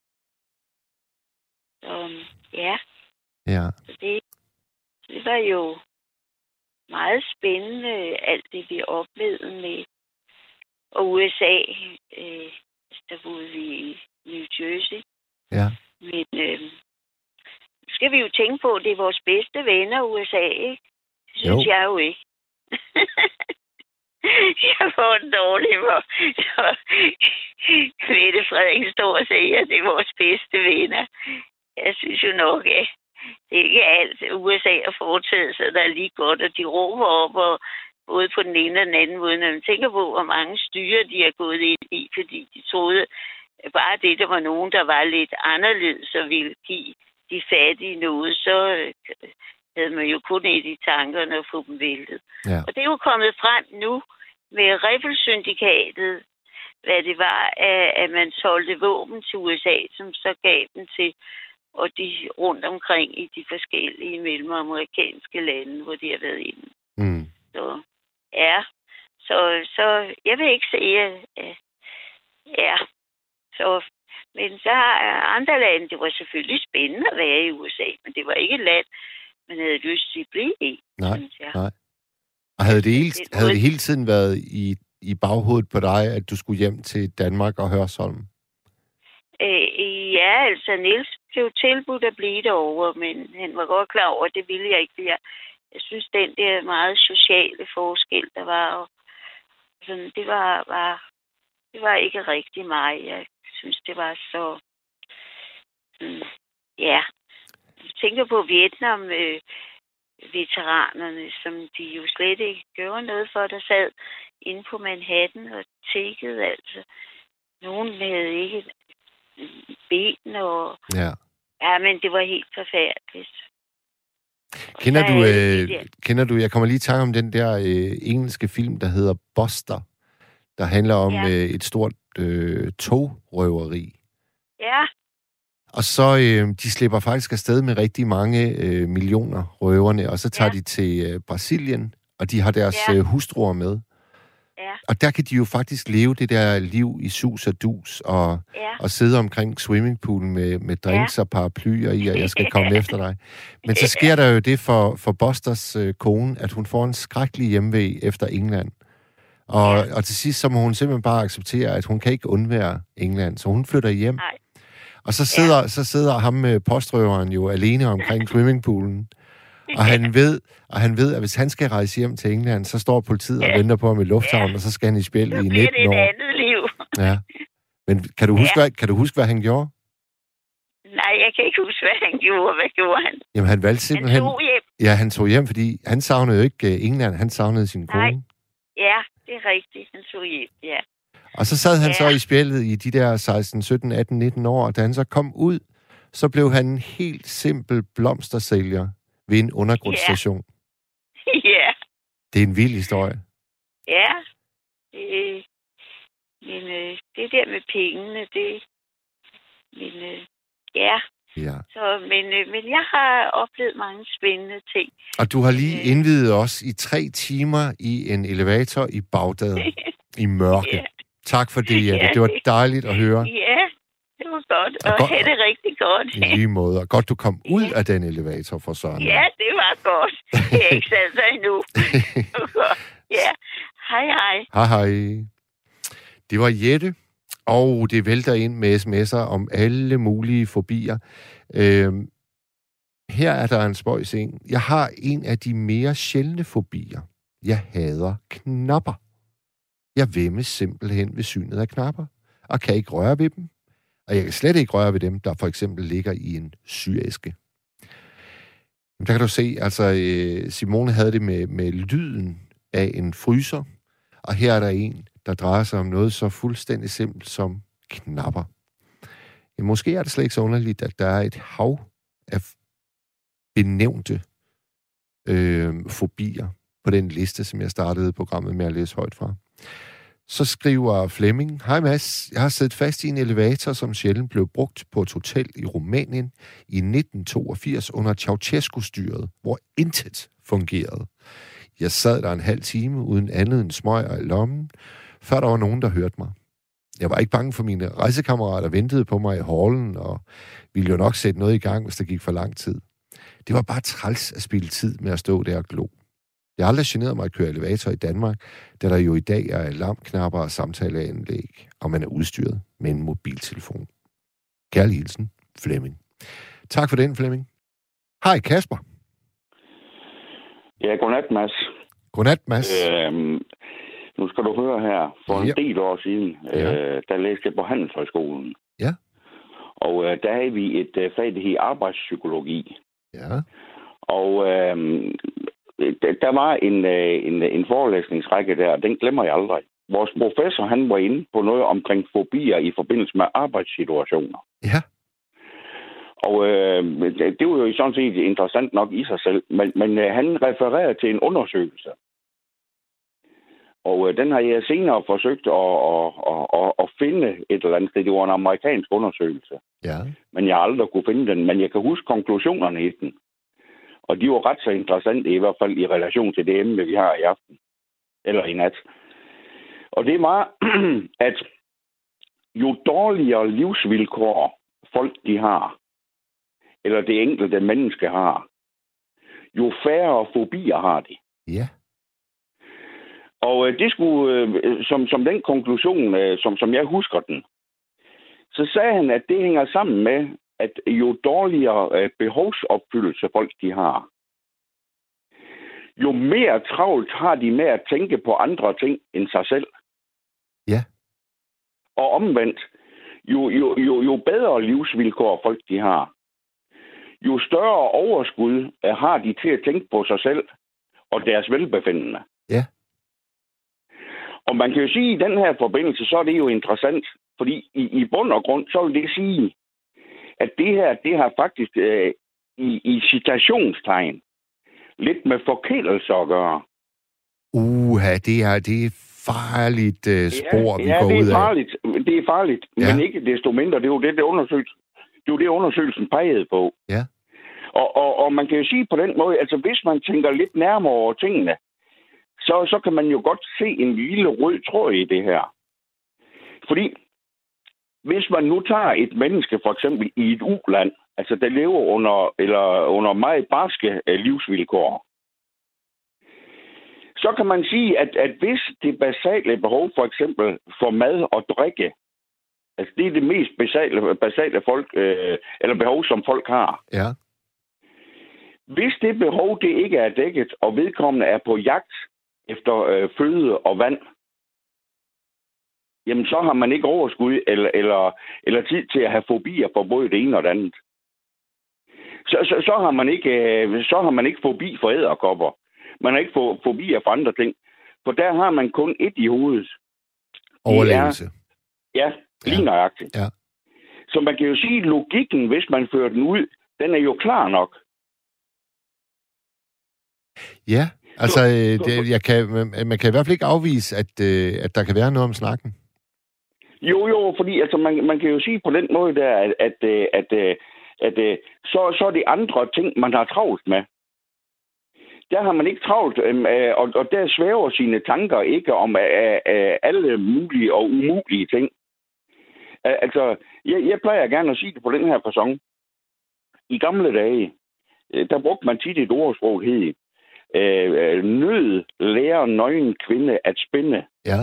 Så, ja. Ja. Så det var jo meget spændende, alt det vi oplevede med. Og USA, der boede vi i New Jersey. Ja. Men skal vi jo tænke på, at det er vores bedste venner, USA, ikke? Det synes jeg jo ikke. Jeg får en dårlig, hvor Mette Frederiksen står og siger, at det er vores bedste venner. Jeg synes jo nok, at det er ikke alt USA har foretaget sig, der er lige godt, og de råber op, og både på den ene og den anden måde, når man tænker på, hvor mange styrer de har gået ind i, fordi de troede, bare det, der var nogen, der var lidt anderledes og ville give de fattige noget, så havde man jo kun et i tankerne og få dem væltet. Ja. Og det er jo kommet frem nu med Riffelsyndikatet, hvad det var, at man solgte våben til USA, som så gav dem til og de rundt omkring i de forskellige mellemamerikanske lande, hvor de har været inde. Mm. Så ja, så jeg vil ikke se, ja, så, men så har andre lande, det var selvfølgelig spændende at være i USA, men det var ikke et land, man havde lyst til at blive i. Nej. Og havde det hele tiden været i baghovedet på dig, at du skulle hjem til Danmark og Hørsholm? Ja, altså Niels blev tilbudt at blive derovre, men han var godt klar over, at det ville jeg ikke. Jeg synes, den der meget sociale forskel, der var, og sådan, det var ikke rigtig mig. Jeg synes, det var så... ja. Jeg tænker på Vietnam... veteranerne, som de jo slet ikke gjorde noget for, der sad inde på Manhattan og tækkede, altså. Nogen havde ikke ben og... Ja, men det var helt forfærdeligt. Kender du, jeg kommer lige i tanke om den der engelske film, der hedder Buster, der handler om et stort togrøveri. Ja. Og så, de slipper faktisk afsted med rigtig mange millioner røverne, og så tager de til Brasilien, og de har deres hustruer med. Ja. Og der kan de jo faktisk leve det der liv i sus og dus, og sidde omkring swimmingpoolen med drinks og paraplyer i, og jeg skal komme efter dig. Men så sker der jo det for Busters kone, at hun får en skrækkelig hjemvej efter England. Og til sidst, så må hun simpelthen bare acceptere, at hun kan ikke undvære England, så hun flytter hjem. Nej. Og så sidder ham med postrøveren jo alene omkring swimmingpoolen. Og han ved, at hvis han skal rejse hjem til England, så står politiet og venter på ham i lufthavnen, og så skal han i spil i 19 år. Så bliver det et andet liv. Ja. Men kan du huske, hvad han gjorde? Nej, jeg kan ikke huske, hvad han gjorde. Hvad gjorde han? Jamen, han valgte simpelthen... Han tog hjem. Ja, han tog hjem, fordi han savnede jo ikke England. Han savnede sin kone. Nej. Ja, det er rigtigt. Han tog hjem, ja. Og så sad han så i spjældet i de der 16, 17, 18, 19 år, og da han så kom ud, så blev han en helt simpel blomstersælger ved en undergrundsstation. Ja. Det er en vild historie. Ja. Men det der med pengene, det... Men ja. Så, men jeg har oplevet mange spændende ting. Og du har lige indviet os i 3 timer i en elevator i Bagdad i mørke. Yeah. Tak for det, Jette. Det var dejligt at høre. Ja, det var godt. Og have det rigtig godt. I lige måde. Og godt, du kom ud af den elevator for Søren. Ja, det var godt. Det er ikke sat sig endnu. Ja. Hej. Hej. Det var Jette. Og det vælter ind med sms'er om alle mulige fobier. Her er der en spøjs en. Jeg har en af de mere sjældne fobier. Jeg hader knapper. Jeg væmmes simpelthen ved synet af knapper, og kan ikke røre ved dem. Og jeg kan slet ikke røre ved dem, der for eksempel ligger i en syæske. Der kan du se, altså Simone havde det med lyden af en fryser, og her er der en, der drejer sig om noget så fuldstændig simpelt som knapper. Ja, måske er det slet ikke så underligt, at der er et hav af benævnte fobier på den liste, som jeg startede programmet med at læse højt fra. Så skriver Flemming: Hej Mads, jeg har siddet fast i en elevator, som sjældent blev brugt på et hotel i Rumænien i 1982 under Ceausescu-styret, hvor intet fungerede. Jeg sad der en halv time uden andet end smøger i lommen, før der var nogen, der hørte mig. Jeg var ikke bange for mine rejsekammerater, ventede på mig i hallen, og ville jo nok sætte noget i gang, hvis der gik for lang tid. Det var bare træls at spille tid med at stå der og glo. Jeg har aldrig generet mig at køre elevator i Danmark, da der jo i dag er alarmknapper og samtaleanlæg, og man er udstyret med en mobiltelefon. Kærlig hilsen, Flemming. Tak for den, Flemming. Hej, Kasper. Ja, godnat, Mads. Godnat, Mads. Nu skal du høre her. For en del år siden, der læste jeg på Handelshøjskolen. Ja. Og der havde vi et fag, der hed arbejdspsykologi. Ja. Og der var en forelæsningsrække der, og den glemmer jeg aldrig. Vores professor, han var inde på noget omkring fobier i forbindelse med arbejdssituationer. Ja. Og det var jo sådan set interessant nok i sig selv, men han refererede til en undersøgelse. Og den har jeg senere forsøgt at finde et eller andet sted. Det var en amerikansk undersøgelse. Ja. Men jeg har aldrig kunne finde den. Men jeg kan huske konklusionerne i den. Og de var ret så interessante, i hvert fald i relation til det emne, vi har i aften. Eller i nat. Og det var, at jo dårligere livsvilkår folk de har, eller det enkelte menneske har, jo færre fobier har de. Ja. Og det skulle, som den konklusion, som jeg husker den, så sagde han, at det hænger sammen med, at jo dårligere behovsopfyldelse folk de har, jo mere travlt har de med at tænke på andre ting end sig selv. Ja. Og omvendt, jo bedre livsvilkår folk de har, jo større overskud har de til at tænke på sig selv og deres velbefindende. Ja. Og man kan jo sige, at i den her forbindelse, så er det jo interessant, fordi i bund og grund, så vil det sige, at det her, det har faktisk i citationstegn lidt med forkælelse at gøre. Det er farligt spor, vi går ud af. Det er farligt, men ikke desto mindre. Det er jo det undersøgelsen pegede på. Ja. Og man kan jo sige på den måde, altså hvis man tænker lidt nærmere over tingene, så kan man jo godt se en lille rød tråd i det her. Fordi hvis man nu tager et menneske for eksempel i et uland, altså der lever under meget barske livsvilkår, så kan man sige, at hvis det basale behov for eksempel for mad og drikke, altså det er det mest basale folk, eller behov, som folk har. Ja. Hvis det behov, det ikke er dækket, og vedkommende er på jagt efter føde og vand, jamen så har man ikke overskud eller tid til at have fobier for både det ene og det andet. Så har man ikke fobi for edderkopper. Man har ikke fobier for andre ting. For der har man kun ét i hovedet. Overlevelse. Lige nøjagtigt. Ja. Så man kan jo sige, at logikken, hvis man fører den ud, den er jo klar nok. Ja, altså man kan i hvert fald ikke afvise, at der kan være noget om snakken. Jo, fordi altså, man kan jo sige på den måde der, at så er det andre ting, man har travlt med. Der har man ikke travlt, og der svæver sine tanker ikke om alle mulige og umulige ting. Altså, jeg plejer gerne at sige det på den her facon. I gamle dage, der brugte man tit et ordsprog, hed nød lærer nøgen kvinde at spinde. Ja.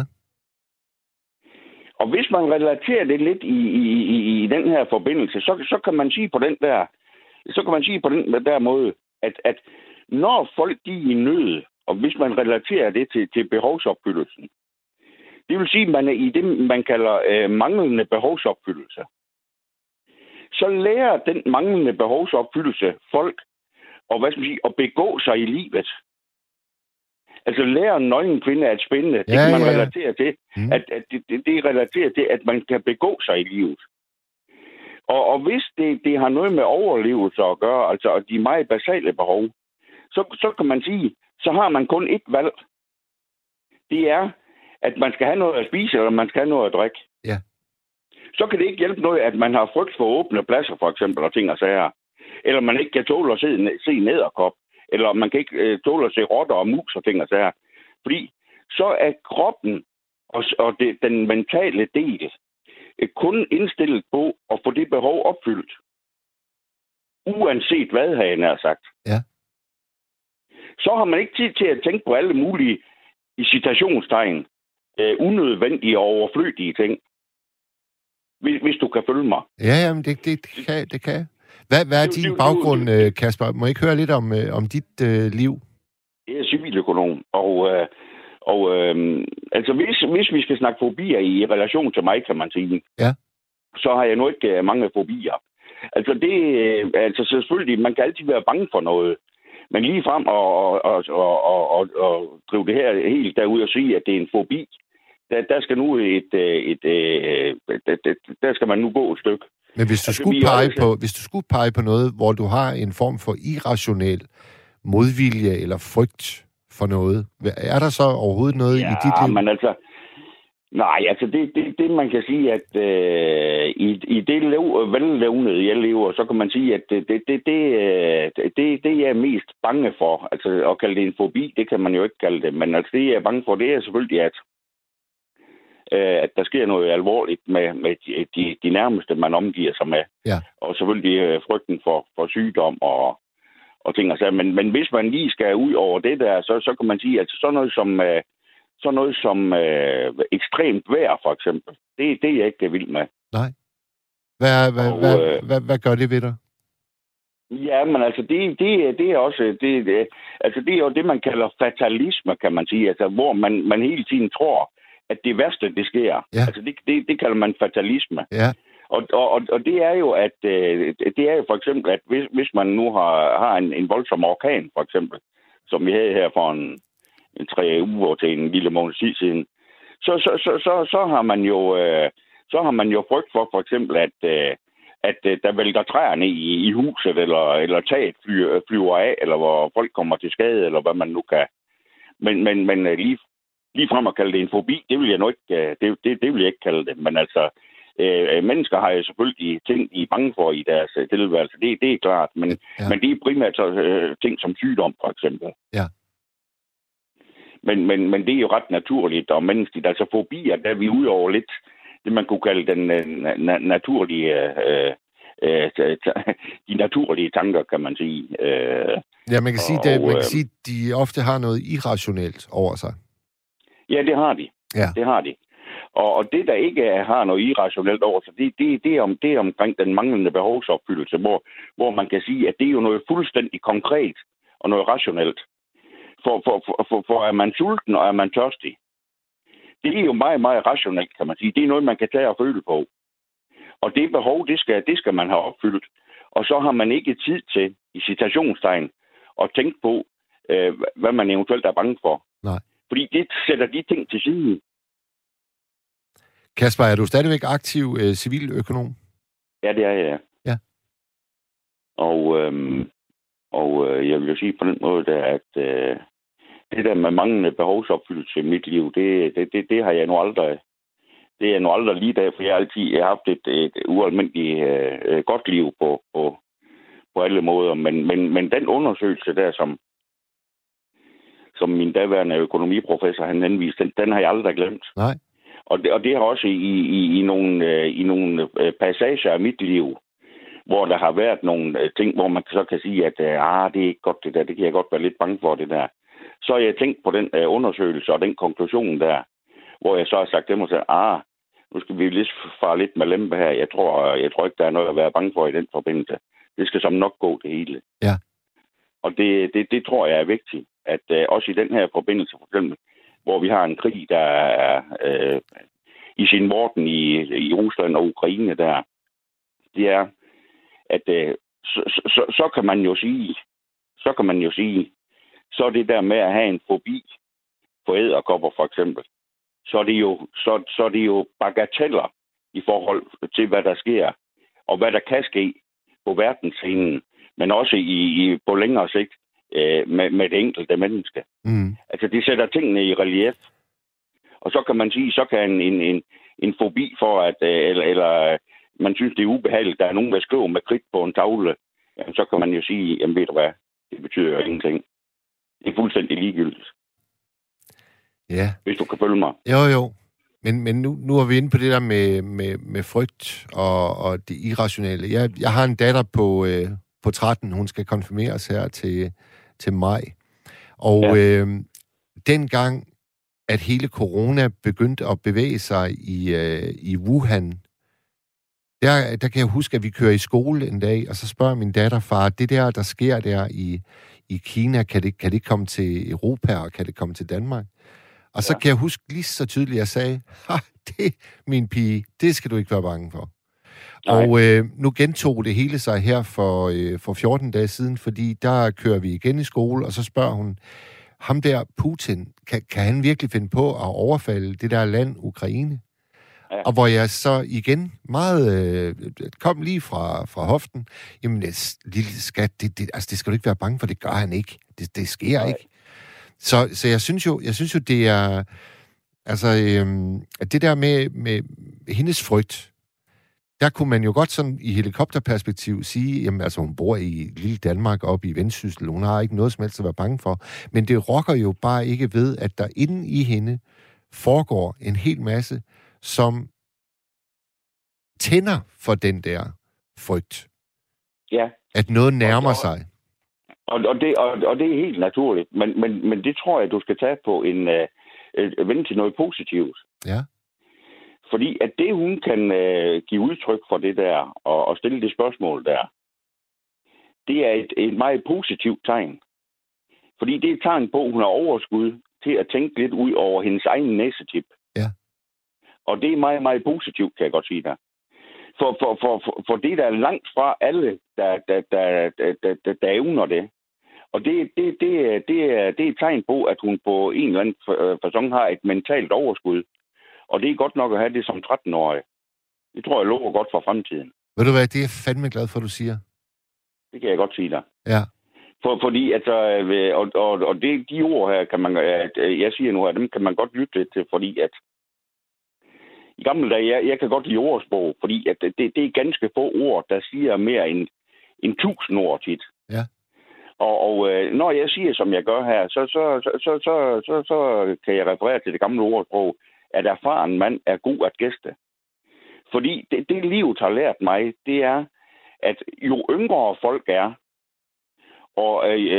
Og hvis man relaterer det lidt i den her forbindelse, så kan man sige på den der måde, at når folk de er i nød, og hvis man relaterer det til behovsopfyldelsen, det vil sige, at man er i det, man kalder manglende behovsopfyldelse. Så lærer den manglende behovsopfyldelse folk at begå sig i livet. Altså lærer en nøgen kvinde at spænde, det kan man relatere til, at det relaterer til, at man kan begå sig i livet. Og hvis det har noget med overlevelse at gøre, altså de meget basale behov, så kan man sige, så har man kun ét valg. Det er, at man skal have noget at spise, eller man skal have noget at drikke. Ja. Så kan det ikke hjælpe noget, at man har frygt for åbne pladser, for eksempel, og ting og sager. Eller man ikke kan tåle at se en edderkop. Eller man kan ikke tåle at se rotter og mus og ting og sager. Fordi så er kroppen og den mentale del kun indstillet på at få det behov opfyldt. Uanset hvad, har jeg nær sagt. Ja. Så har man ikke tid til at tænke på alle mulige, i citationstegn, unødvendige og overflødige ting. Hvis du kan følge mig. Ja, jamen det kan. Hvad er din baggrund, Kasper? Må jeg ikke høre lidt om dit liv? Jeg er civiløkonom, altså hvis vi skal snakke fobier i relation til mig, kan man sige, så har jeg nu ikke mange fobier. Altså selvfølgelig, man kan altid være bange for noget, men lige frem og drive det her helt derud og sige, at det er en fobi, der skal nu der skal man nu gå et stykke. Men hvis du skulle pege på noget, hvor du har en form for irrationel modvilje eller frygt for noget, er der så overhovedet noget i dit liv? Men altså, nej, altså det man kan sige, at i det vellevnede, jeg lever, så kan man sige, at det jeg er mest bange for, altså at kalde det en fobi, det kan man jo ikke kalde det, men altså det jeg er bange for, det er selvfølgelig, at der sker noget alvorligt med de nærmeste, man omgiver sig med. Ja. Og selvfølgelig frygten for sygdom og ting og sager. Men hvis man lige skal ud over det der, så kan man sige, at sådan noget som ekstremt vejr, for eksempel, det er jeg ikke vild med. Nej. Hvad gør det ved dig? Ja, men altså, det er også... Altså, det er jo det, man kalder fatalisme, kan man sige. Altså, hvor man hele tiden tror, at det værste, det sker. Ja. Altså, det kalder man fatalisme. Ja. Og det er jo, at det er jo for eksempel, at hvis man nu har en voldsom orkan, for eksempel, som vi havde her for en 3 uger til en lille måned siden, så har man jo frygt for eksempel, at der vælter træerne i huset, eller taget flyver af, eller hvor folk kommer til skade, eller hvad man nu kan. Men lige frem at kalde det en fobi, det vil jeg nu ikke, det vil jeg ikke kalde det. Men altså, mennesker har jo selvfølgelig ting, de er bange for i deres tilværelse. Det er klart, men det er primært ting som sygdom, for eksempel. Ja. Men det er jo ret naturligt og menneskeligt. Altså fobier, der er vi ude over lidt, det man kunne kalde den naturlige, de naturlige tanker, kan man sige. Ja, man kan sige, at de ofte har noget irrationelt over sig. Ja, det har de. Ja. Det har de. Og det, der ikke har noget irrationelt over sig, det er omkring den manglende behovsopfyldelse, hvor man kan sige, at det er jo noget fuldstændig konkret og noget rationelt. For er man sulten, og er man tørstig, det er jo meget, meget rationelt, kan man sige. Det er noget, man kan tage og føle på. Og det behov, det skal man have opfyldt. Og så har man ikke tid til, i citationstegn, at tænke på, hvad man eventuelt er bange for. Nej. Fordi det sætter de ting til side. Kasper, er du stadigvæk aktiv civiløkonom? Ja, det er jeg. Ja. Og jeg vil jo sige på den måde, at det der med manglende behovsopfyldelse i mit liv, det har jeg nu aldrig... Det er jeg nu aldrig lige der, for jeg har haft et ualmindeligt godt liv på alle måder. Men den undersøgelse der, som min daværende økonomiprofessor han henviste, den har jeg aldrig glemt. Nej. Og det har også i nogle passager af mit liv, hvor der har været nogle ting, hvor man så kan sige, at det er ikke godt det der, det kan jeg godt være lidt bange for det der. Så har jeg tænkt på den undersøgelse og den konklusion der, hvor jeg så har sagt til mig selv, nu skal vi lige fare lidt med lempe her. Jeg tror ikke, der er noget at være bange for i den forbindelse. Det skal som nok gå det hele. Ja. Og det tror jeg er vigtigt, at også i den her forbindelse, for eksempel, hvor vi har en krig, der er i sin vorden i Rusland og Ukraine der, det er, at så kan man jo sige, så det der med at have en fobi for edderkopper for eksempel, så er det jo bagateller i forhold til, hvad der sker, og hvad der kan ske på verdensscenen, men også på længere sigt med det enkelte menneske. Mm. Altså, det sætter tingene i relief. Og så kan man sige, så kan en fobi for, at eller man synes, det er ubehageligt, der er nogen, der skriver med kridt på en tavle, jamen, så kan man jo sige, jamen ved du hvad, det betyder jo ingenting. Det er fuldstændig ligegyldigt. Ja. Hvis du kan følge mig. Jo. Men nu er vi inde på det der med frygt og det irrationelle. Jeg har en datter på 13. Hun skal konfirmeres her til maj. Og dengang, at hele corona begyndte at bevæge sig i Wuhan, der kan jeg huske, at vi kører i skole en dag, og så spørger min datter, far, det der sker der i Kina, kan det komme til Europa, og kan det komme til Danmark? Og så kan jeg huske lige så tydeligt, at jeg sagde, det, min pige, det skal du ikke være bange for. Nej. Og nu gentog det hele sig her for 14 dage siden, fordi der kører vi igen i skole, og så spørger hun, ham der Putin, kan han virkelig finde på at overfalde det der land, Ukraine? Ja. Og hvor jeg så igen meget kom lige fra hoften, jamen lille skat, det skal du ikke være bange for, det gør han ikke. Det sker ikke. Så jeg synes jo, det er altså det der med hendes frygt. Der kunne man jo godt sådan i helikopterperspektiv sige, jamen altså hun bor i lille Danmark oppe i Vendsyssel, hun har ikke noget som helst at være bange for. Men det rokker jo bare ikke ved, at der inde i hende foregår en hel masse, som tænder for den der frygt. Ja. At noget nærmer sig. Og det er helt naturligt. Men det tror jeg, du skal tage på vende til noget positivt. Ja. Fordi at det, hun kan give udtryk for det der, og stille det spørgsmål der, det er et meget positivt tegn. Fordi det er et tegn på, at hun har overskud til at tænke lidt ud over hendes egen næsetip. Ja. Og det er meget, meget positivt, kan jeg godt sige der. For det der er langt fra alle, der evner det. Og det er et tegn på, at hun på en eller anden facon har et mentalt overskud. Og det er godt nok at have det som 13-årig. Det tror jeg lover godt for fremtiden. Ved du hvad, det er jeg fandme glad for, du siger. Det kan jeg godt sige dig. Ja. Fordi altså, og det, de ord her, kan man, jeg siger nu her, dem kan man godt lytte lidt til, fordi at i gamle dage, jeg kan godt lide ordsprog, fordi at det er ganske få ord, der siger mere end 1000 ord tit. Ja. Og når jeg siger, som jeg gør her, så kan jeg referere til det gamle ordsprog, at erfaren mand er god at gæste. Fordi det livet har lært mig, det er, at jo yngre folk er, og,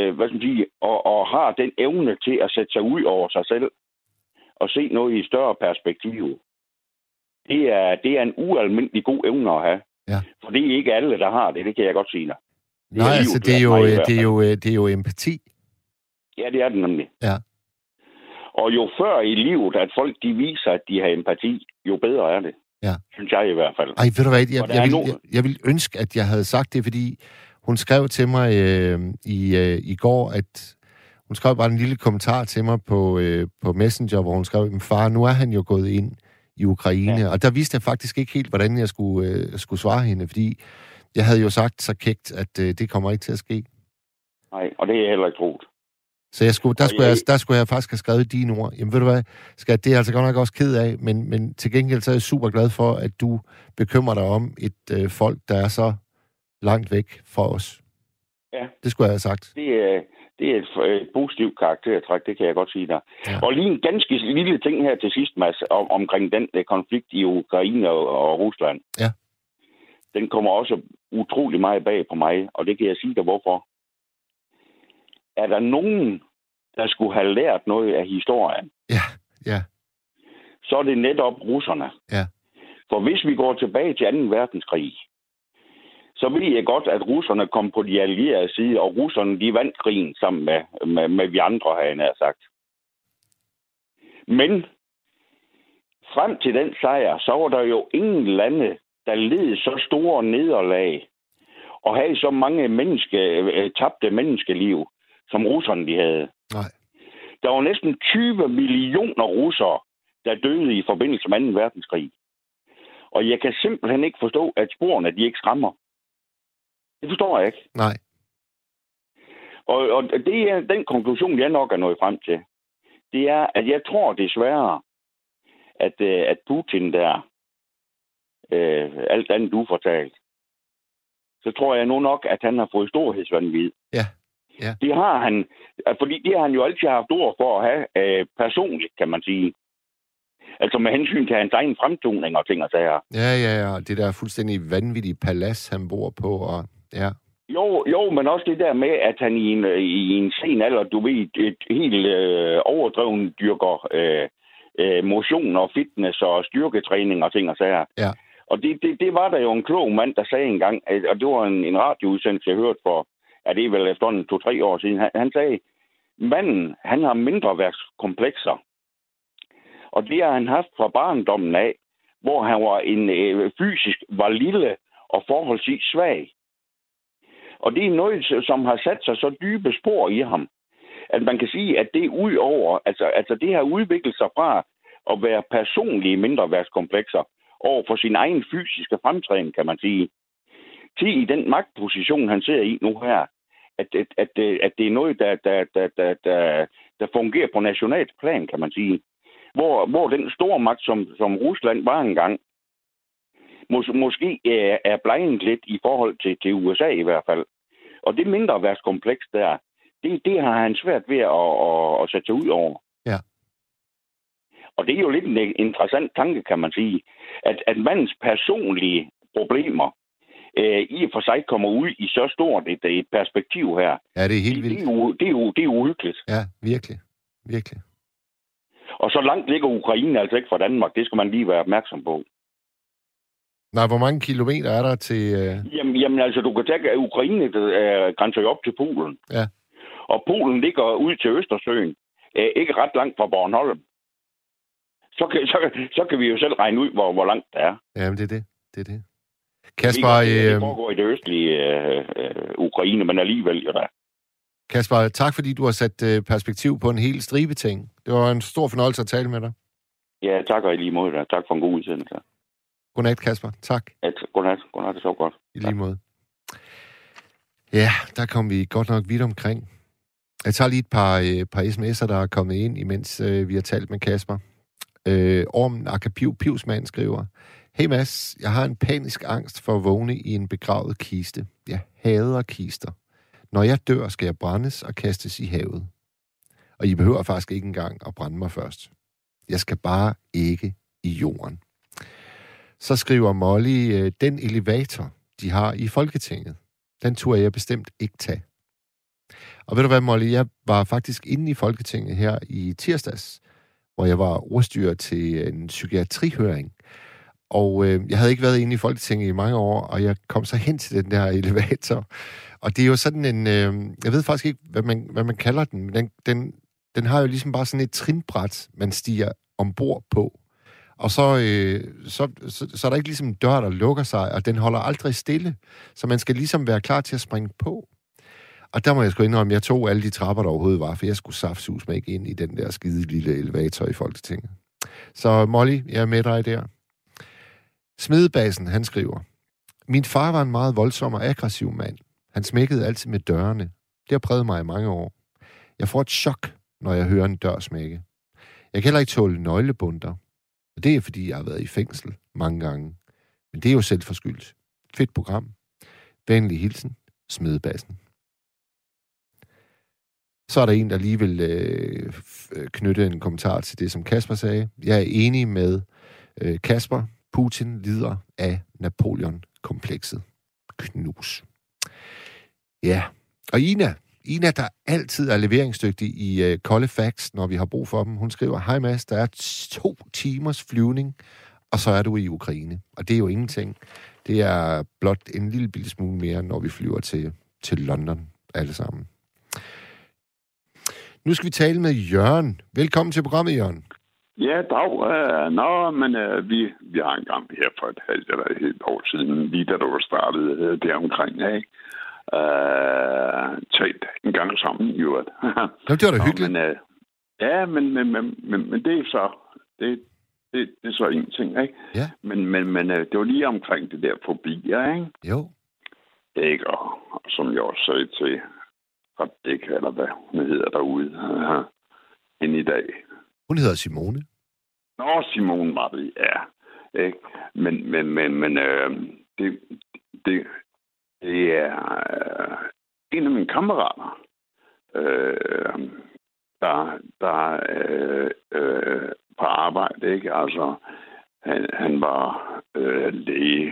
og har den evne til at sætte sig ud over sig selv, og se noget i større perspektiv, det er en ualmindelig god evne at have. Ja. For det er ikke alle, der har det kan jeg godt sige dig. Nej, altså det er jo empati. Ja, det er det nemlig. Ja. Og jo før i livet, at folk de viser, at de har empati, jo bedre er det. Ja. Synes jeg i hvert fald. Ej, ved du hvad, jeg vil ønske, at jeg havde sagt det, fordi hun skrev til mig i går, at hun skrev bare en lille kommentar til mig på Messenger, hvor hun skrev, far, nu er han jo gået ind i Ukraine. Ja. Og der vidste jeg faktisk ikke helt, hvordan jeg skulle svare hende, fordi jeg havde jo sagt så kægt, at det kommer ikke til at ske. Nej, og det er heller ikke troet. Så der skulle jeg faktisk have skrevet dine ord. Jamen ved du hvad, Skat, det er altså godt nok også ked af, men til gengæld så er jeg super glad for, at du bekymrer dig om et folk, der er så langt væk fra os. Ja. Det skulle jeg have sagt. Det er et positivt karaktertræk, det kan jeg godt sige dig. Ja. Og lige en ganske lille ting her til sidst, Mads, omkring den konflikt i Ukraine og Rusland. Ja. Den kommer også utrolig meget bag på mig, og det kan jeg sige dig hvorfor. Er der nogen, der skulle have lært noget af historien? Ja. Så er det netop russerne. Ja. For hvis vi går tilbage til 2. verdenskrig, så ved jeg godt, at russerne kom på de allierede side, og russerne de vandt krigen sammen med vi andre, har jeg nær sagt. Men frem til den sejr, så var der jo ingen lande, der led så store nederlag og havde så mange tabte menneskeliv, som russerne de havde. Nej. Der var næsten 20 millioner russere, der døde i forbindelse med 2. verdenskrig. Og jeg kan simpelthen ikke forstå, at sporene de ikke skræmmer. Det forstår jeg ikke. Nej. Og det er den konklusion, jeg nok er nået frem til. Det er, at jeg tror desværre, at Putin der, alt andet du fortalt, så tror jeg nu nok, at han har fået storhedsvanvid. Ja. Ja. Det har han, fordi det har han jo altid haft ord for at have personligt, kan man sige. Altså med hensyn til hans egen fremtoning og ting og sager. Ja. Det der fuldstændig vanvittige palads, han bor på, og ja. Jo, men også det der med, at han i en sen alder, du ved, et helt overdreven dyrker motion og fitness og styrketræning og ting og sager. Ja. Og det var der jo en klog mand, der sagde engang, og det var en radioudsendelse, jeg hørte for, det er vel efterhånden 2-3 år siden. Han sagde, manden, han har mindreværdskomplekser. Og det har han haft fra barndommen af, hvor han var fysisk var lille og forholdsvis svag. Og det er noget, som har sat sig så dybe spor i ham, at man kan sige, at det ud over, altså det har udviklet sig fra at være personlige mindreværdskomplekser over for sin egen fysiske fremtræden, kan man sige, til i den magtposition, han ser i nu her, at det er noget, der fungerer på nationalt plan, kan man sige. Hvor den store magt, som Rusland var engang, måske er blegnet lidt i forhold til USA i hvert fald. Og det mindreværdskompleks der, det har han svært ved at sætte sig ud over. Ja. Og det er jo lidt en interessant tanke, kan man sige, at mandens personlige problemer i og for sig kommer ud i så stort et perspektiv her. Ja, det er helt vildt. Det er uhyggeligt. Ja, virkelig. Virkelig. Og så langt ligger Ukraine altså ikke fra Danmark. Det skal man lige være opmærksom på. Nej, hvor mange kilometer er der til... Jamen altså, du kan tage Ukraine, der grænser jo op til Polen. Ja. Og Polen ligger ud til Østersøen. Ikke ret langt fra Bornholm. Så kan vi jo selv regne ud, hvor langt det er. Jamen, det er det. Kasper... Det foregår i det østlige Ukraine, men alligevel jo der. Kasper, tak fordi du har sat perspektiv på en hel stribe ting. Det var en stor fornøjelse at tale med dig. Ja, tak og i lige måde. Tak for en god udsendelse. Godnat, Kasper. Tak. Ja, godnat. Godnat, det så godt. I lige måde. Ja, der kom vi godt nok vidt omkring. Jeg tager lige et par sms'er, der er kommet ind, imens vi har talt med Kasper. Ormen Akapiv Pivsmand skriver: Hey Mads, jeg har en panisk angst for at vågne i en begravet kiste. Jeg hader kister. Når jeg dør, skal jeg brændes og kastes i havet. Og I behøver faktisk ikke engang at brænde mig først. Jeg skal bare ikke i jorden. Så skriver Molly, den elevator, de har i Folketinget, den turde jeg bestemt ikke tage. Og ved du hvad, Molly, jeg var faktisk inde i Folketinget her i tirsdags, hvor jeg var ordstyrer til en psykiatrihøring. Og jeg havde ikke været inde i Folketinget i mange år, og jeg kom så hen til den der elevator. Og det er jo sådan en... jeg ved faktisk ikke, hvad man kalder den, men den har jo ligesom bare sådan et trinbræt, man stiger ombord på. Og så er der ikke ligesom en dør, der lukker sig, og den holder aldrig stille. Så man skal ligesom være klar til at springe på. Og der må jeg sgu indrømme, jeg tog alle de trapper, der overhovedet var, for jeg skulle saftsus mig ikke ind i den der skide lille elevator i Folketinget. Så Molly, jeg er med dig der. Smedebasen, han skriver: Min far var en meget voldsom og aggressiv mand. Han smækkede altid med dørene. Det har præget mig i mange år. Jeg får et chok, når jeg hører en dør smække. Jeg kan heller ikke tåle nøglebunter. Og det er, fordi jeg har været i fængsel mange gange. Men det er jo selvforskyldt. Fedt program. Venlig hilsen, Smedebasen. Så er der en, der lige vil knytte en kommentar til det, som Kasper sagde. Jeg er enig med Kasper. Putin lider af Napoleon-komplekset. Knus. Ja, og Ina, der altid er leveringsdygtig i kolde facts, når vi har brug for dem. Hun skriver: Hej Mads, der er 2 timers flyvning, og så er du i Ukraine. Og det er jo ingenting. Det er blot en lille bitte smule mere, når vi flyver til London alle sammen. Nu skal vi tale med Jørgen. Velkommen til programmet, Jørgen. Ja, dag. Men vi har en gang her for et halvt eller et helt år siden, lige da du var startet der omkring, ikke? Talt en gang sammen, jo. Jamen, det var da hyggeligt. Men det er så... Det er så en ting, ikke? Ja. Men det var lige omkring det der fobier, ikke? Jo. Ikke? Og som jeg også sagde til Rebecca, eller hvad hun hedder derude, end i dag. Hun hedder Simone. Nå, Simone var det, ja. Ikke? Men det er en af mine kammerater, der på arbejde, ikke? Altså, han var læge,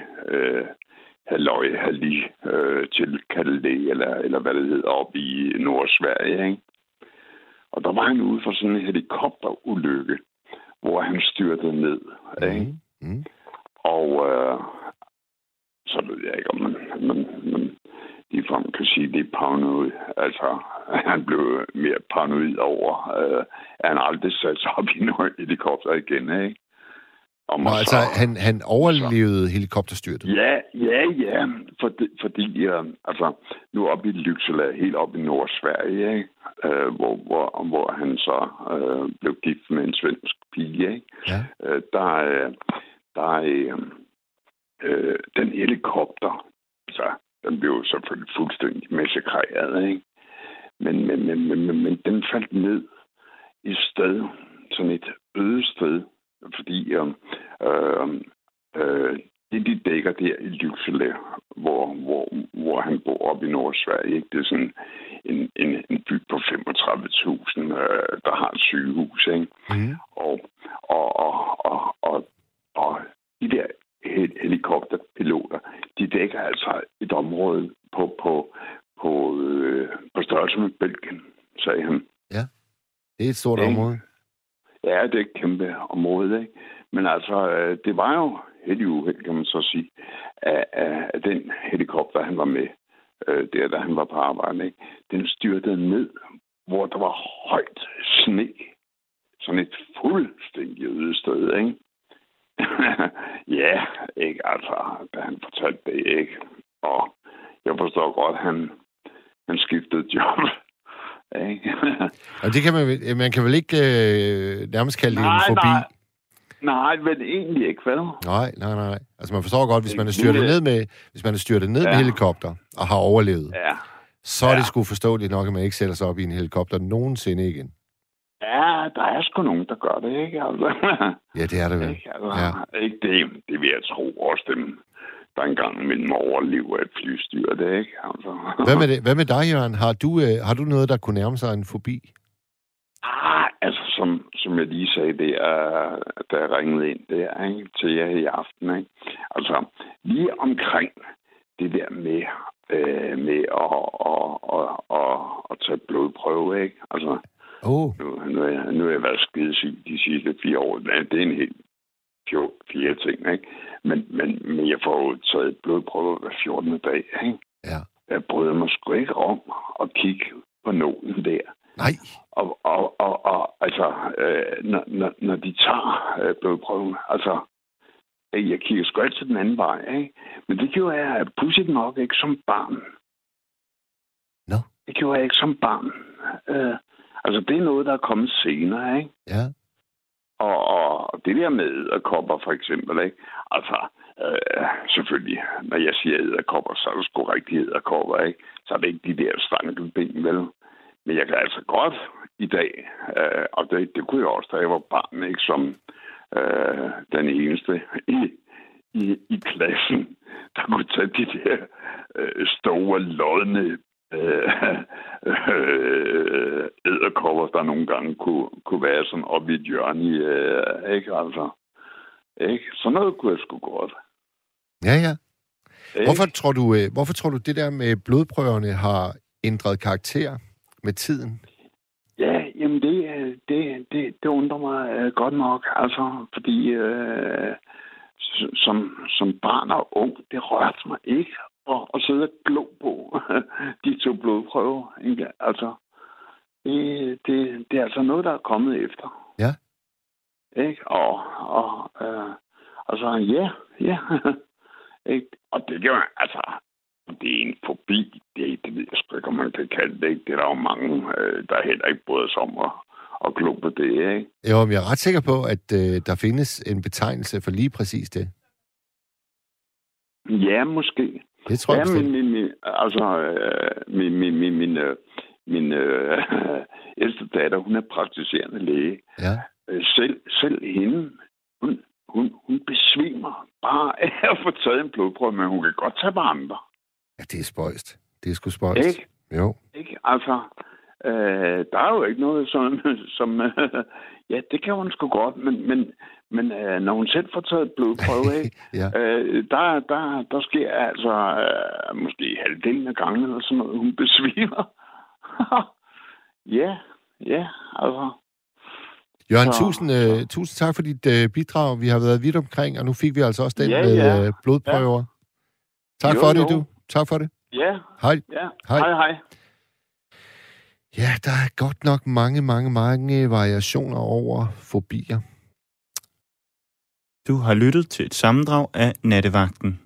tilkaldt læge, eller hvad det hedder, oppe i Nordsverige, ikke? Og der var han ude for sådan en helikopterulykke, hvor han styrtede ned, ikke? Mm. Og Og så ved jeg ikke, om man ligefrem kan sige, det er paranoid. Altså, han blev mere paranoid over, at han aldrig satte sig op i en helikopter igen, ikke? Nå, altså, han overlevede helikopterstyrtet? Ja. Fordi altså, nu oppe i Lyksele, helt oppe i Nordsverige, ikke? Hvor han så blev gift med en svensk pige, ikke? Ja. Den helikopter, så den blev selvfølgelig fuldstændig massakreret, ikke? Men den faldt ned i sted, sådan et øde sted, fordi det de dækker der i Lyksele, hvor han bor op i Nordsverige, ikke? Det er sådan en by på 35.000, der har et sygehus, ikke? Mm. Og de der helikopterpiloter, de dækker altså et område på størrelse med Belgien, sagde han. Ja, det er et stort område. Ja, det er et kæmpe område, ikke? Men altså, det var jo helt uheld, kan man så sige, at den helikopter, han var med, da han var på arbejde, ikke? Den styrtede ned, hvor der var højt sne. Sådan et fuldstændig øde sted, ikke? Ja, ikke? Altså, da han fortalte det, ikke? Og jeg forstår godt, han skiftede job. Og det kan man kan vel ikke nærmest kalde det en fobi? Nej, men egentlig ikke, vel? Nej. Altså man forstår godt, hvis man er styrtet ned med helikopter og har overlevet, så er det sgu forståeligt nok, at man ikke sætter sig op i en helikopter nogensinde igen. Ja, der er sgu nogen, der gør det, ikke? Altså. Ja, det er det vel. Ikke, altså. Ikke det vil jeg tro også dem, der engang mellem overlever et flystyr, det, ikke? Altså. Hvad med dig, Jørgen? Har du noget, der kunne nærme sig en fobi? Altså, som jeg lige sagde, det er, da jeg ringede ind der, ikke, til jer i aften, ikke? Altså, lige omkring det der med at tage blodprøve, ikke? Altså, nu har jeg været skidesyg de sidste 4 år. Det er en helt fire ting, ikke? Men jeg får jo taget blodprøver hver 14. dag, ikke? Ja. Jeg bryder mig sgu ikke om at kigge på nogen der. Nej. Og altså, når de tager blodprøven, altså, jeg kigger sgu altid den anden vej, ikke? Men det gjorde jeg pudsigt nok ikke som barn. No. Det gjorde jeg ikke som barn. Altså, det er noget, der er kommet senere, ikke? Ja. Og det der med edderkopper, for eksempel, ikke? Altså, selvfølgelig, når jeg siger edderkopper, så er det sgu rigtig edderkopper, ikke? Så er det ikke de der stankelben, vel? Men jeg kan altså godt i dag, og det kunne jeg også, da jeg var barn, ikke? Som den eneste i klassen, der kunne tage de der store, lodne edderkopper, der nogle gange kunne være sådan oppe i et hjørne, ikke? Altså, ikke? Sådan noget kunne jeg sgu godt. Ja. Hvorfor tror du, det der med blodprøverne har ændret karakter med tiden? Ja, jamen det undrer mig godt nok, altså, fordi som barn og ung, det rørte mig ikke at sidde og glo på de 2 blodprøver, ikke? Altså, det er altså noget, der er kommet efter. Ja. Ikke? Og så ja. Ikke? Og det gør altså, det er en fobi, det ved jeg sgu ikke, om man kan kalde det, ikke? Det er der jo mange, der heller ikke bryder sig om at glo på det, ikke? Jo, men jeg er ret sikker på, at der findes en betegnelse for lige præcis det. Ja, måske. Det tror jeg min ældste datter, hun er praktiserende læge. Ja. Selv hende, hun besvimer bare af at få taget en blodprøve, men hun kan godt tage på andre. Ja, det er spøjst. Det er sgu spøjst. Ikke? Jo. Ikke? Altså, der er jo ikke noget sådan, som... ja, det kan hun sgu godt, men når hun selv får taget blodprøve, ikke? Ja. Der sker altså måske halvdelen af gangen eller sådan noget, hun besvimer. ja, altså... Jørgen, tusind tak for dit bidrag. Vi har været vidt omkring, og nu fik vi altså også den med blodprøver. Ja. Tak for det, du. Tak for det. Ja. Hej. Ja. Hej. Hej. Ja, der er godt nok mange variationer over fobier. Du har lyttet til et sammendrag af Nattevagten.